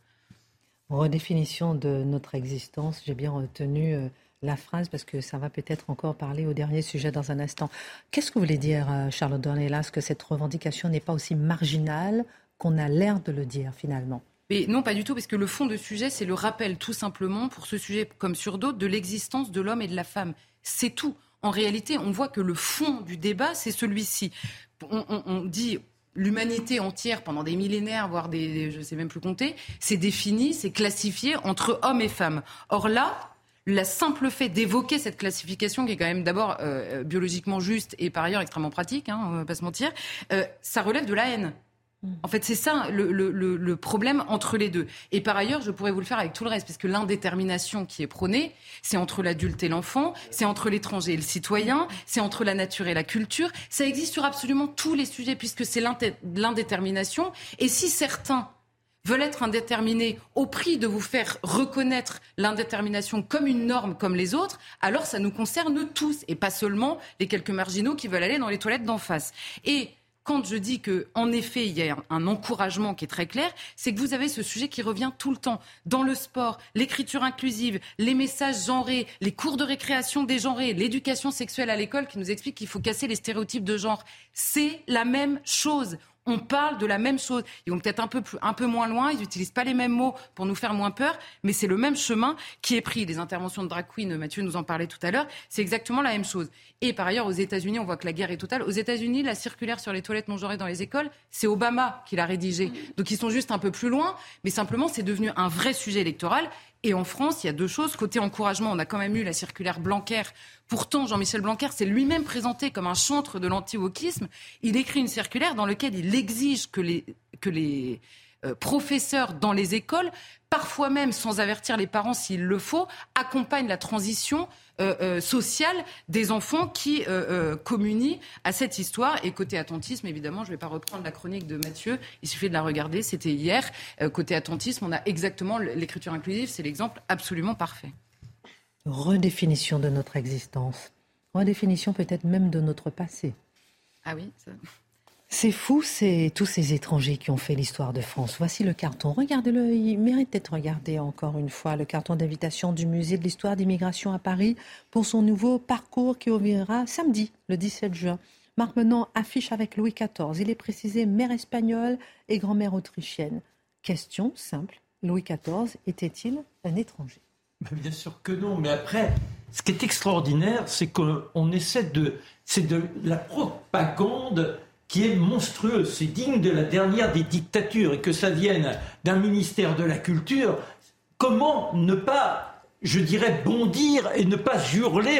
Redéfinition de notre existence, j'ai bien retenu la phrase parce que ça va peut-être encore parler au dernier sujet dans un instant. Qu'est-ce que vous voulez dire, Charlotte Dornelas, que cette revendication n'est pas aussi marginale qu'on a l'air de le dire finalement ? Mais non, pas du tout, parce que le fond de sujet, c'est le rappel tout simplement, pour ce sujet comme sur d'autres, de l'existence de l'homme et de la femme. C'est tout. En réalité, on voit que le fond du débat, c'est celui-ci. On dit l'humanité entière pendant des millénaires, voire je ne sais même plus compter, c'est défini, c'est classifié entre hommes et femmes. Or là, le simple fait d'évoquer cette classification, qui est quand même d'abord biologiquement juste et par ailleurs extrêmement pratique, on ne va pas se mentir, ça relève de la haine. En fait, c'est ça le problème entre les deux. Et par ailleurs, je pourrais vous le faire avec tout le reste, parce que l'indétermination qui est prônée, c'est entre l'adulte et l'enfant, c'est entre l'étranger et le citoyen, c'est entre la nature et la culture. Ça existe sur absolument tous les sujets, puisque c'est l'indétermination. Et si certains veulent être indéterminés au prix de vous faire reconnaître l'indétermination comme une norme comme les autres, alors ça nous concerne tous, et pas seulement les quelques marginaux qui veulent aller dans les toilettes d'en face. Et quand je dis qu'en effet, il y a un encouragement qui est très clair, c'est que vous avez ce sujet qui revient tout le temps. Dans le sport, l'écriture inclusive, les messages genrés, les cours de récréation dégenrés, l'éducation sexuelle à l'école qui nous explique qu'il faut casser les stéréotypes de genre. C'est la même chose. On parle de la même chose. Ils vont peut-être un peu moins loin, ils n'utilisent pas les mêmes mots pour nous faire moins peur, mais c'est le même chemin qui est pris. Les interventions de drag queen, Mathieu nous en parlait tout à l'heure, c'est exactement la même chose. Et par ailleurs, aux États-Unis, on voit que la guerre est totale. Aux États-Unis, la circulaire sur les toilettes non genrées dans les écoles, c'est Obama qui l'a rédigée. Donc ils sont juste un peu plus loin, mais simplement c'est devenu un vrai sujet électoral. Et en France, il y a deux choses. Côté encouragement, on a quand même eu la circulaire Blanquer. Pourtant, Jean-Michel Blanquer s'est lui-même présenté comme un chantre de l'anti-wokisme. Il écrit une circulaire dans laquelle il exige que les professeurs dans les écoles, parfois même sans avertir les parents s'il le faut, accompagnent la transition sociale des enfants qui communient à cette histoire. Et côté attentisme, évidemment, je ne vais pas reprendre la chronique de Mathieu, il suffit de la regarder, c'était hier. Côté attentisme, on a exactement l'écriture inclusive, c'est l'exemple absolument parfait. Redéfinition de notre existence, redéfinition peut-être même de notre passé. Ah oui, ça... C'est fou, c'est tous ces étrangers qui ont fait l'histoire de France. Voici le carton. Regardez-le, il mérite d'être regardé encore une fois. Le carton d'invitation du Musée de l'Histoire d'immigration à Paris pour son nouveau parcours qui ouvrira samedi, le 17 juin. Marc Menon affiche avec Louis XIV. Il est précisé mère espagnole et grand-mère autrichienne. Question simple, Louis XIV était-il un étranger ? Bien sûr que non, mais après, ce qui est extraordinaire, c'est qu'on essaie c'est de la propagande qui est monstrueuse. C'est digne de la dernière des dictatures, et que ça vienne d'un ministère de la Culture. Comment ne pas, je dirais, bondir et ne pas hurler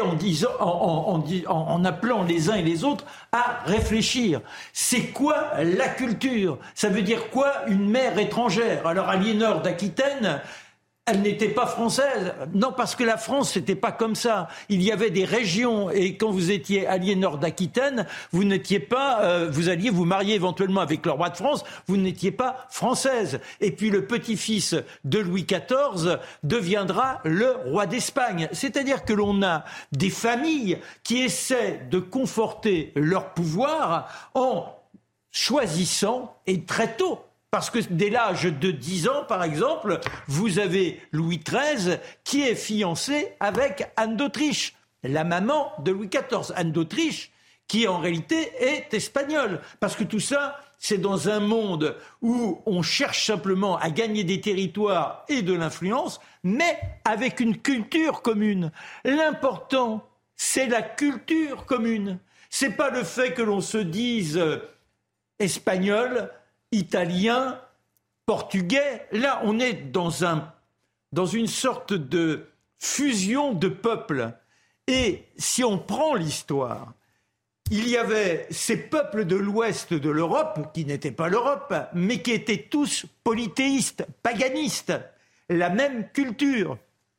en appelant les uns et les autres à réfléchir. C'est quoi la culture ? Ça veut dire quoi une mère étrangère ? Alors Aliénor d'Aquitaine, elle n'était pas française. Non, parce que la France, c'était pas comme ça. Il y avait des régions, et quand vous étiez Aliénor d'Aquitaine, vous n'étiez pas, vous alliez vous marier éventuellement avec le roi de France, vous n'étiez pas française. Et puis le petit-fils de Louis XIV deviendra le roi d'Espagne. C'est-à-dire que l'on a des familles qui essaient de conforter leur pouvoir en choisissant, et très tôt, parce que dès l'âge de 10 ans, par exemple, vous avez Louis XIII qui est fiancé avec Anne d'Autriche, la maman de Louis XIV. Anne d'Autriche qui en réalité est espagnole. Parce que tout ça, c'est dans un monde où on cherche simplement à gagner des territoires et de l'influence, mais avec une culture commune. L'important, c'est la culture commune. C'est pas le fait que l'on se dise espagnol, italien, portugais. Là, on est dans une sorte de fusion de peuples. Et si on prend l'histoire, il y avait ces peuples de l'ouest de l'Europe, qui n'étaient pas l'Europe, mais qui étaient tous polythéistes, paganistes, la même culture.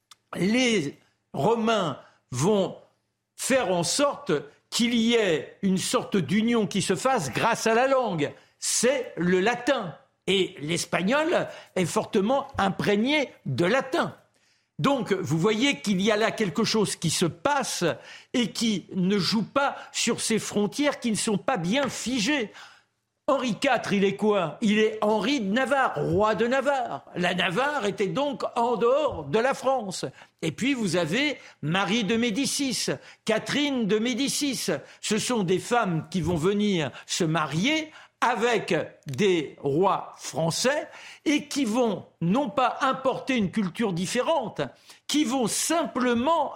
Les Romains vont faire en sorte qu'il y ait une sorte d'union qui se fasse grâce à la langue. C'est le latin. Et l'espagnol est fortement imprégné de latin. Donc, vous voyez qu'il y a là quelque chose qui se passe et qui ne joue pas sur ces frontières qui ne sont pas bien figées. Henri IV, il est quoi ? Il est Henri de Navarre, roi de Navarre. La Navarre était donc en dehors de la France. Et puis vous avez Marie de Médicis, Catherine de Médicis. Ce sont des femmes qui vont venir se marier avec des rois français et qui vont non pas importer une culture différente, qui vont simplement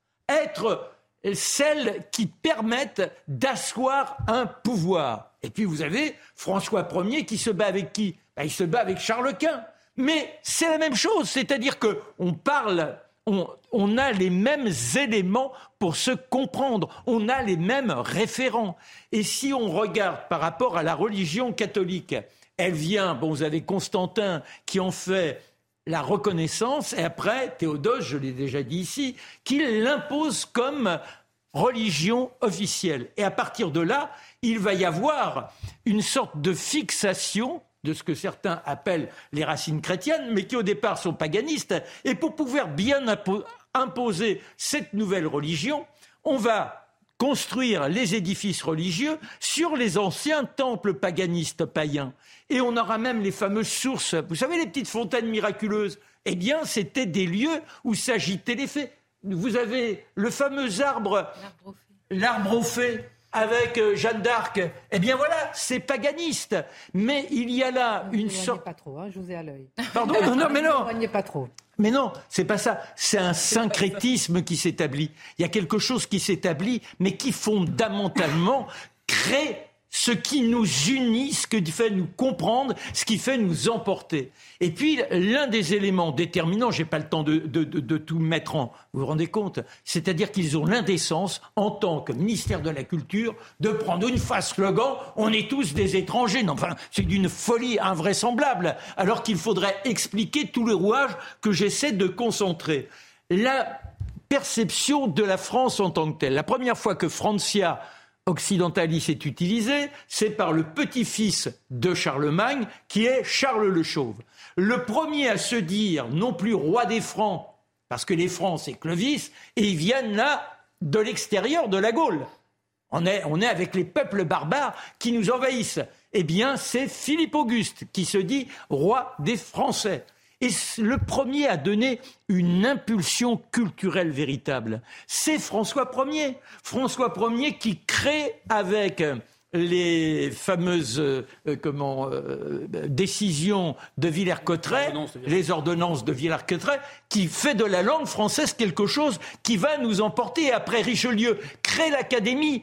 être celles qui permettent d'asseoir un pouvoir. Et puis vous avez François Ier qui se bat avec qui ? Il se bat avec Charles Quint. Mais c'est la même chose, c'est-à-dire qu'on parle... On a les mêmes éléments pour se comprendre, on a les mêmes référents. Et si on regarde par rapport à la religion catholique, elle vient, vous avez Constantin qui en fait la reconnaissance, et après Théodose, je l'ai déjà dit ici, qui l'impose comme religion officielle. Et à partir de là, il va y avoir une sorte de fixation de ce que certains appellent les racines chrétiennes, mais qui au départ sont paganistes. Et pour pouvoir bien imposer cette nouvelle religion, on va construire les édifices religieux sur les anciens temples paganistes païens. Et on aura même les fameuses sources. Vous savez, les petites fontaines miraculeuses, eh bien, c'était des lieux où s'agitaient les fées. Vous avez le fameux arbre, l'arbre aux fées, avec Jeanne d'Arc, eh bien voilà, c'est paganiste. Mais il y a là une sorte... pas trop, je vous ai à l'œil. Pardon, non, mais non. Ne pas trop. Mais non, c'est pas ça. C'est un syncrétisme qui s'établit. Il y a quelque chose qui s'établit, mais qui fondamentalement crée ce qui nous unit, ce qui fait nous comprendre, ce qui fait nous emporter. Et puis, l'un des éléments déterminants, j'ai pas le temps de tout mettre en... Vous vous rendez compte ? C'est-à-dire qu'ils ont l'indécence, en tant que ministère de la Culture, de prendre une phrase slogan « On est tous des étrangers ». Non, enfin, c'est d'une folie invraisemblable, alors qu'il faudrait expliquer tout le rouage que j'essaie de concentrer. La perception de la France en tant que telle. La première fois que Francia occidentalis est utilisé, c'est par le petit-fils de Charlemagne, qui est Charles le Chauve. Le premier à se dire, non plus roi des Francs, parce que les Francs, c'est Clovis, et ils viennent là de l'extérieur de la Gaule. On est avec les peuples barbares qui nous envahissent. Eh bien, c'est Philippe Auguste qui se dit roi des Français. Et le premier à donner une impulsion culturelle véritable, c'est François Ier. François Ier qui crée avec les fameuses décisions de Villers-Cotterêts, les ordonnances de Villers-Cotterêts, qui fait de la langue française quelque chose qui va nous emporter. Après Richelieu crée l'académie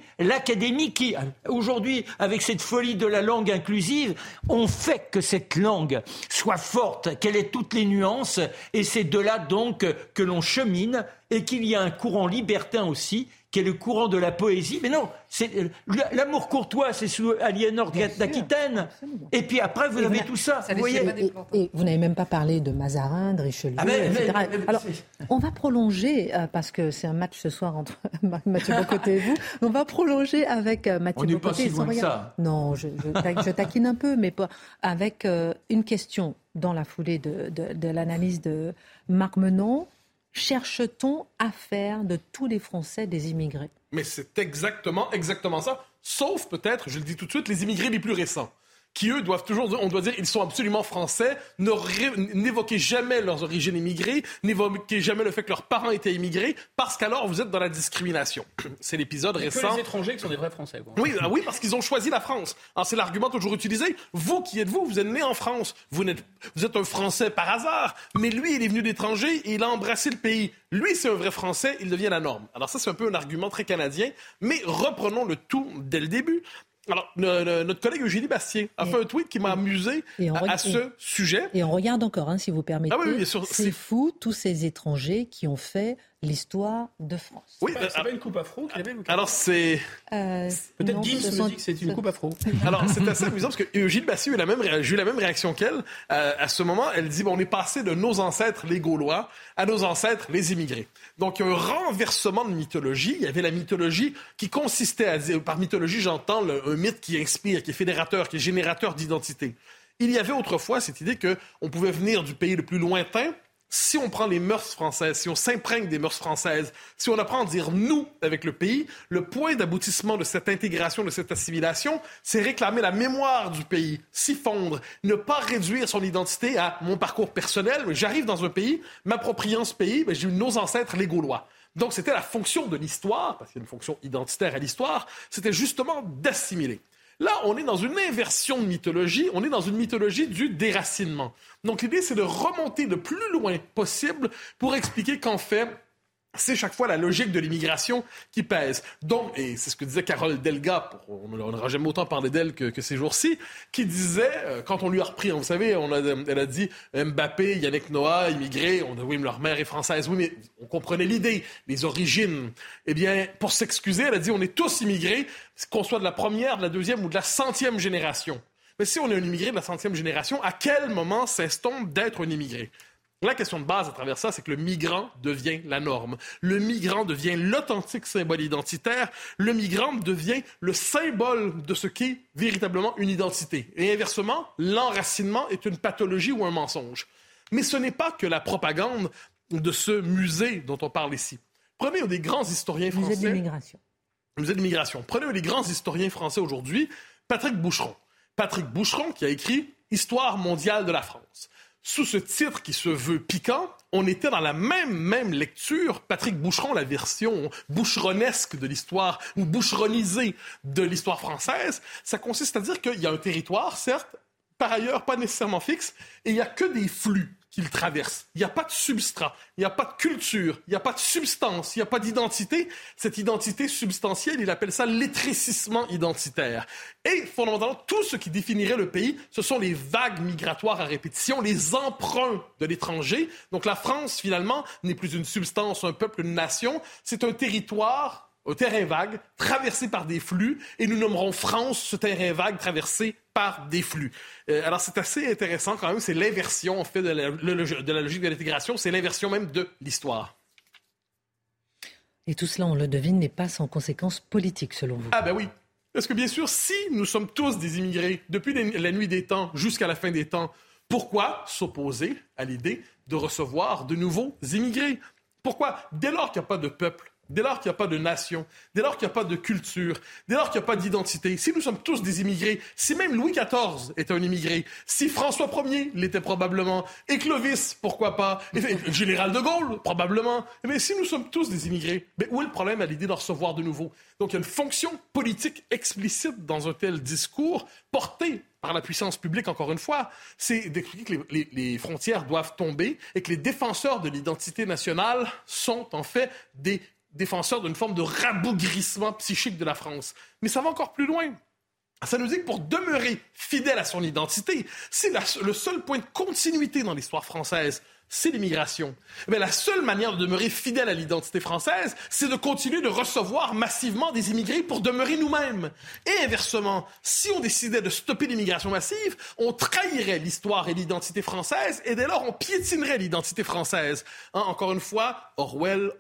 qui, aujourd'hui, avec cette folie de la langue inclusive, on fait que cette langue soit forte, qu'elle ait toutes les nuances, et c'est de là donc que l'on chemine, et qu'il y a un courant libertin aussi, qui est le courant de la poésie. Mais non, c'est l'amour courtois, c'est sous Aliénor d'Aquitaine. Et puis après, vous avez tout ça. Vous voyez, et vous n'avez même pas parlé de Mazarin, de Richelieu, etc. Alors, on va prolonger, parce que c'est un match ce soir entre Mathieu Bocoté et vous, on va prolonger avec Mathieu Bocoté. On n'est pas si loin que ça. Non, je taquine un peu, mais pas, avec une question dans la foulée de l'analyse de Marc Menon. Cherche-t-on à faire de tous les Français des immigrés? Mais c'est exactement ça, sauf peut-être, je le dis tout de suite, les immigrés les plus récents, qui eux doivent toujours dire, on doit dire, ils sont absolument français, n'évoquez jamais leurs origines immigrées, n'évoquez jamais le fait que leurs parents étaient immigrés, parce qu'alors vous êtes dans la discrimination. C'est l'épisode récent. Que les étrangers qui sont des vrais Français. Quoi. Oui, parce qu'ils ont choisi la France. Alors, c'est l'argument toujours utilisé. Vous, qui êtes-vous? Vous êtes né en France. Vous êtes un Français par hasard, mais lui, il est venu d'étranger et il a embrassé le pays. Lui, c'est un vrai Français, il devient la norme. Alors ça, c'est un peu un argument très canadien, mais reprenons le tout dès le début. Alors, notre collègue Eugénie Bastier a fait un tweet qui m'a amusé à ce sujet. Et on regarde encore, si vous permettez. Oui, bien sûr. C'est fou, tous ces étrangers qui ont fait l'histoire de France. Oui, c'est pas une coupe afro qu'il avait. Alors, c'est... Peut-être Guy me dit que c'est une coupe afro. Alors, c'est assez amusant parce que Eugénie Bastier j'ai eu la même réaction qu'elle. À ce moment, elle dit, on est passé de nos ancêtres, les Gaulois, à nos ancêtres, les immigrés. Donc, un renversement de mythologie. Il y avait la mythologie qui consistait à dire, par mythologie, j'entends un mythe qui inspire, qui est fédérateur, qui est générateur d'identité. Il y avait autrefois cette idée qu'on pouvait venir du pays le plus lointain. Si on prend les mœurs françaises, si on s'imprègne des mœurs françaises, si on apprend à dire « nous » avec le pays, le point d'aboutissement de cette intégration, de cette assimilation, c'est réclamer la mémoire du pays, s'y fondre, ne pas réduire son identité à mon parcours personnel. J'arrive dans un pays, m'appropriant ce pays, j'ai eu nos ancêtres, les Gaulois. Donc c'était la fonction de l'histoire, parce qu'il y a une fonction identitaire à l'histoire, c'était justement d'assimiler. Là, on est dans une inversion de mythologie, on est dans une mythologie du déracinement. Donc l'idée, c'est de remonter le plus loin possible pour expliquer qu'en fait, c'est chaque fois la logique de l'immigration qui pèse. Donc, et c'est ce que disait Carole Delga, on n'aura jamais autant parlé d'elle que ces jours-ci, qui disait, quand on lui a repris, vous savez, elle a dit Mbappé, Yannick Noah, immigrés, oui, mais leur mère est française, oui, mais on comprenait l'idée, les origines. Eh bien, pour s'excuser, elle a dit, on est tous immigrés, qu'on soit de la première, de la deuxième ou de la 100e génération. Mais si on est un immigré de la 100e génération, à quel moment cesse-t-on d'être un immigré? La question de base à travers ça, c'est que le migrant devient la norme. Le migrant devient l'authentique symbole identitaire. Le migrant devient le symbole de ce qu'est véritablement une identité. Et inversement, l'enracinement est une pathologie ou un mensonge. Mais ce n'est pas que la propagande de ce musée dont on parle ici. Prenez un des grands historiens français... Musée de l'immigration. Musée de l'immigration. Prenez un des grands historiens français aujourd'hui, Patrick Boucheron. Patrick Boucheron qui a écrit « Histoire mondiale de la France ». Sous ce titre qui se veut piquant, on était dans la même lecture. Patrick Boucheron, la version boucheronesque de l'histoire, ou boucheronisée de l'histoire française, ça consiste à dire qu'il y a un territoire, certes, par ailleurs pas nécessairement fixe, et il n'y a que des flux qu'il traverse. Il n'y a pas de substrat, il n'y a pas de culture, il n'y a pas de substance, il n'y a pas d'identité. Cette identité substantielle, il appelle ça l'étrécissement identitaire. Et fondamentalement, tout ce qui définirait le pays, ce sont les vagues migratoires à répétition, les emprunts de l'étranger. Donc la France, finalement, n'est plus une substance, un peuple, une nation. C'est un territoire, un terrain vague, traversé par des flux, et nous nommerons France ce terrain vague traversé par des flux. Alors c'est assez intéressant quand même, c'est l'inversion en fait de la logique de l'intégration, c'est l'inversion même de l'histoire. Et tout cela, on le devine, n'est pas sans conséquences politiques selon vous. Ah ben oui, parce que bien sûr, si nous sommes tous des immigrés depuis la nuit des temps jusqu'à la fin des temps, pourquoi s'opposer à l'idée de recevoir de nouveaux immigrés? Pourquoi? Dès lors qu'il n'y a pas de peuple dès lors qu'il n'y a pas de nation, dès lors qu'il n'y a pas de culture, dès lors qu'il n'y a pas d'identité, si nous sommes tous des immigrés, si même Louis XIV était un immigré, si François Ier l'était probablement, et Clovis, pourquoi pas, et le général de Gaulle, probablement, mais si nous sommes tous des immigrés, mais où est le problème à l'idée de recevoir de nouveau? Donc il y a une fonction politique explicite dans un tel discours, porté par la puissance publique, encore une fois, c'est d'expliquer que les frontières doivent tomber et que les défenseurs de l'identité nationale sont en fait des défenseurs d'une forme de rabougrissement psychique de la France. Mais ça va encore plus loin. Ça nous dit que pour demeurer fidèle à son identité, c'est le seul point de continuité dans l'histoire française, c'est l'immigration. Mais la seule manière de demeurer fidèle à l'identité française, c'est de continuer de recevoir massivement des immigrés pour demeurer nous-mêmes. Et inversement, si on décidait de stopper l'immigration massive, on trahirait l'histoire et l'identité française, et dès lors, on piétinerait l'identité française. Encore une fois, Orwell.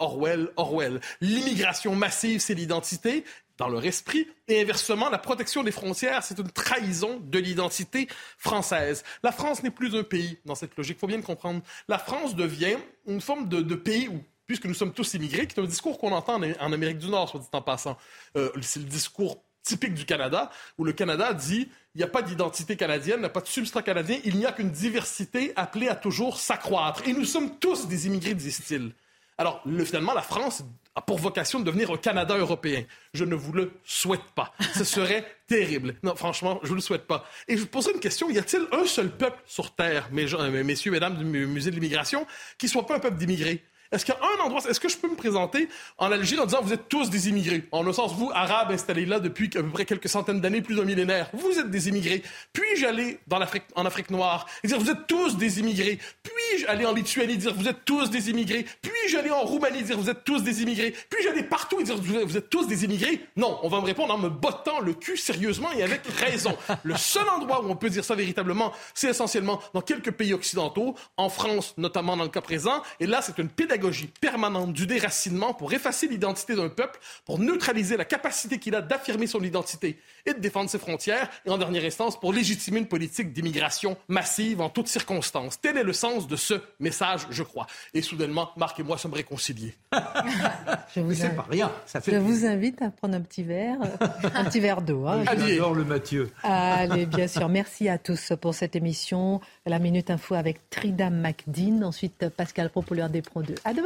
L'immigration massive, c'est l'identité, dans leur esprit, et inversement, la protection des frontières, c'est une trahison de l'identité française. La France n'est plus un pays dans cette logique, il faut bien le comprendre. La France devient une forme de pays où, puisque nous sommes tous immigrés, qui est un discours qu'on entend en Amérique du Nord, soit dit en passant. C'est le discours typique du Canada, où le Canada dit il n'y a pas d'identité canadienne, il n'y a pas de substrat canadien, il n'y a qu'une diversité appelée à toujours s'accroître. Et nous sommes tous des immigrés, disent-ils. Alors, finalement, la France a pour vocation de devenir un Canada européen. Je ne vous le souhaite pas. Ce serait terrible. Non, franchement, je ne vous le souhaite pas. Et je vous poserai une question. Y a-t-il un seul peuple sur Terre, messieurs, mesdames du Musée de l'immigration, qui ne soit pas un peuple d'immigrés? Est-ce qu'il y a un endroit, est-ce que je peux me présenter en Algérie en disant vous êtes tous des immigrés? En un sens, vous, Arabes installés là depuis à peu près quelques centaines d'années, plus d'un millénaire, vous êtes des immigrés. Puis-je aller en Afrique noire et dire vous êtes tous des immigrés? Puis-je aller en Lituanie et dire vous êtes tous des immigrés? Puis-je aller en Roumanie et dire vous êtes tous des immigrés? Puis-je aller partout et dire vous êtes tous des immigrés? Non, on va me répondre en me bottant le cul sérieusement et avec raison. Le seul endroit où on peut dire ça véritablement, c'est essentiellement dans quelques pays occidentaux, en France notamment dans le cas présent, et là c'est une pédagogie permanente du déracinement pour effacer l'identité d'un peuple, pour neutraliser la capacité qu'il a d'affirmer son identité et de défendre ses frontières, et en dernière instance, pour légitimer une politique d'immigration massive en toutes circonstances. Tel est le sens de ce message, je crois. Et soudainement, Marc et moi sommes réconciliés. Je vous invite à prendre un petit verre d'eau. Hein. J'adore le Mathieu. Allez, bien sûr. Merci à tous pour cette émission. La Minute Info avec Trida McDean. Ensuite, Pascal Pro pour l'heure des Pro 2. À demain.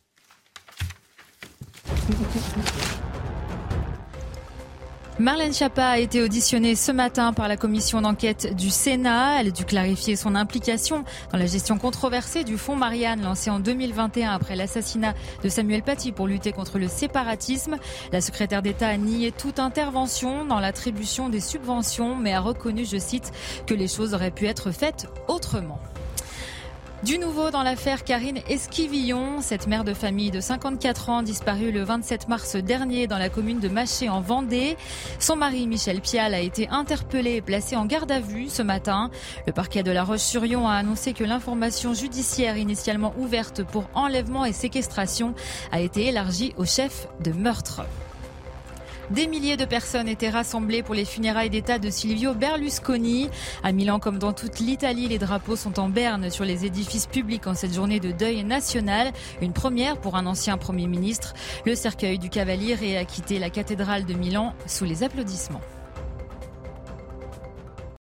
Marlène Schiappa a été auditionnée ce matin par la commission d'enquête du Sénat. Elle a dû clarifier son implication dans la gestion controversée du fonds Marianne lancé en 2021 après l'assassinat de Samuel Paty pour lutter contre le séparatisme. La secrétaire d'État a nié toute intervention dans l'attribution des subventions, mais a reconnu, je cite, que les choses auraient pu être faites autrement. Du nouveau dans l'affaire Karine Esquivillon, cette mère de famille de 54 ans disparue le 27 mars dernier dans la commune de Maché en Vendée. Son mari Michel Pial a été interpellé et placé en garde à vue ce matin. Le parquet de La Roche-sur-Yon a annoncé que l'information judiciaire initialement ouverte pour enlèvement et séquestration a été élargie au chef de meurtre. Des milliers de personnes étaient rassemblées pour les funérailles d'État de Silvio Berlusconi. À Milan, comme dans toute l'Italie, les drapeaux sont en berne sur les édifices publics en cette journée de deuil national. Une première pour un ancien Premier ministre. Le cercueil du Cavaliere a quitté la cathédrale de Milan sous les applaudissements.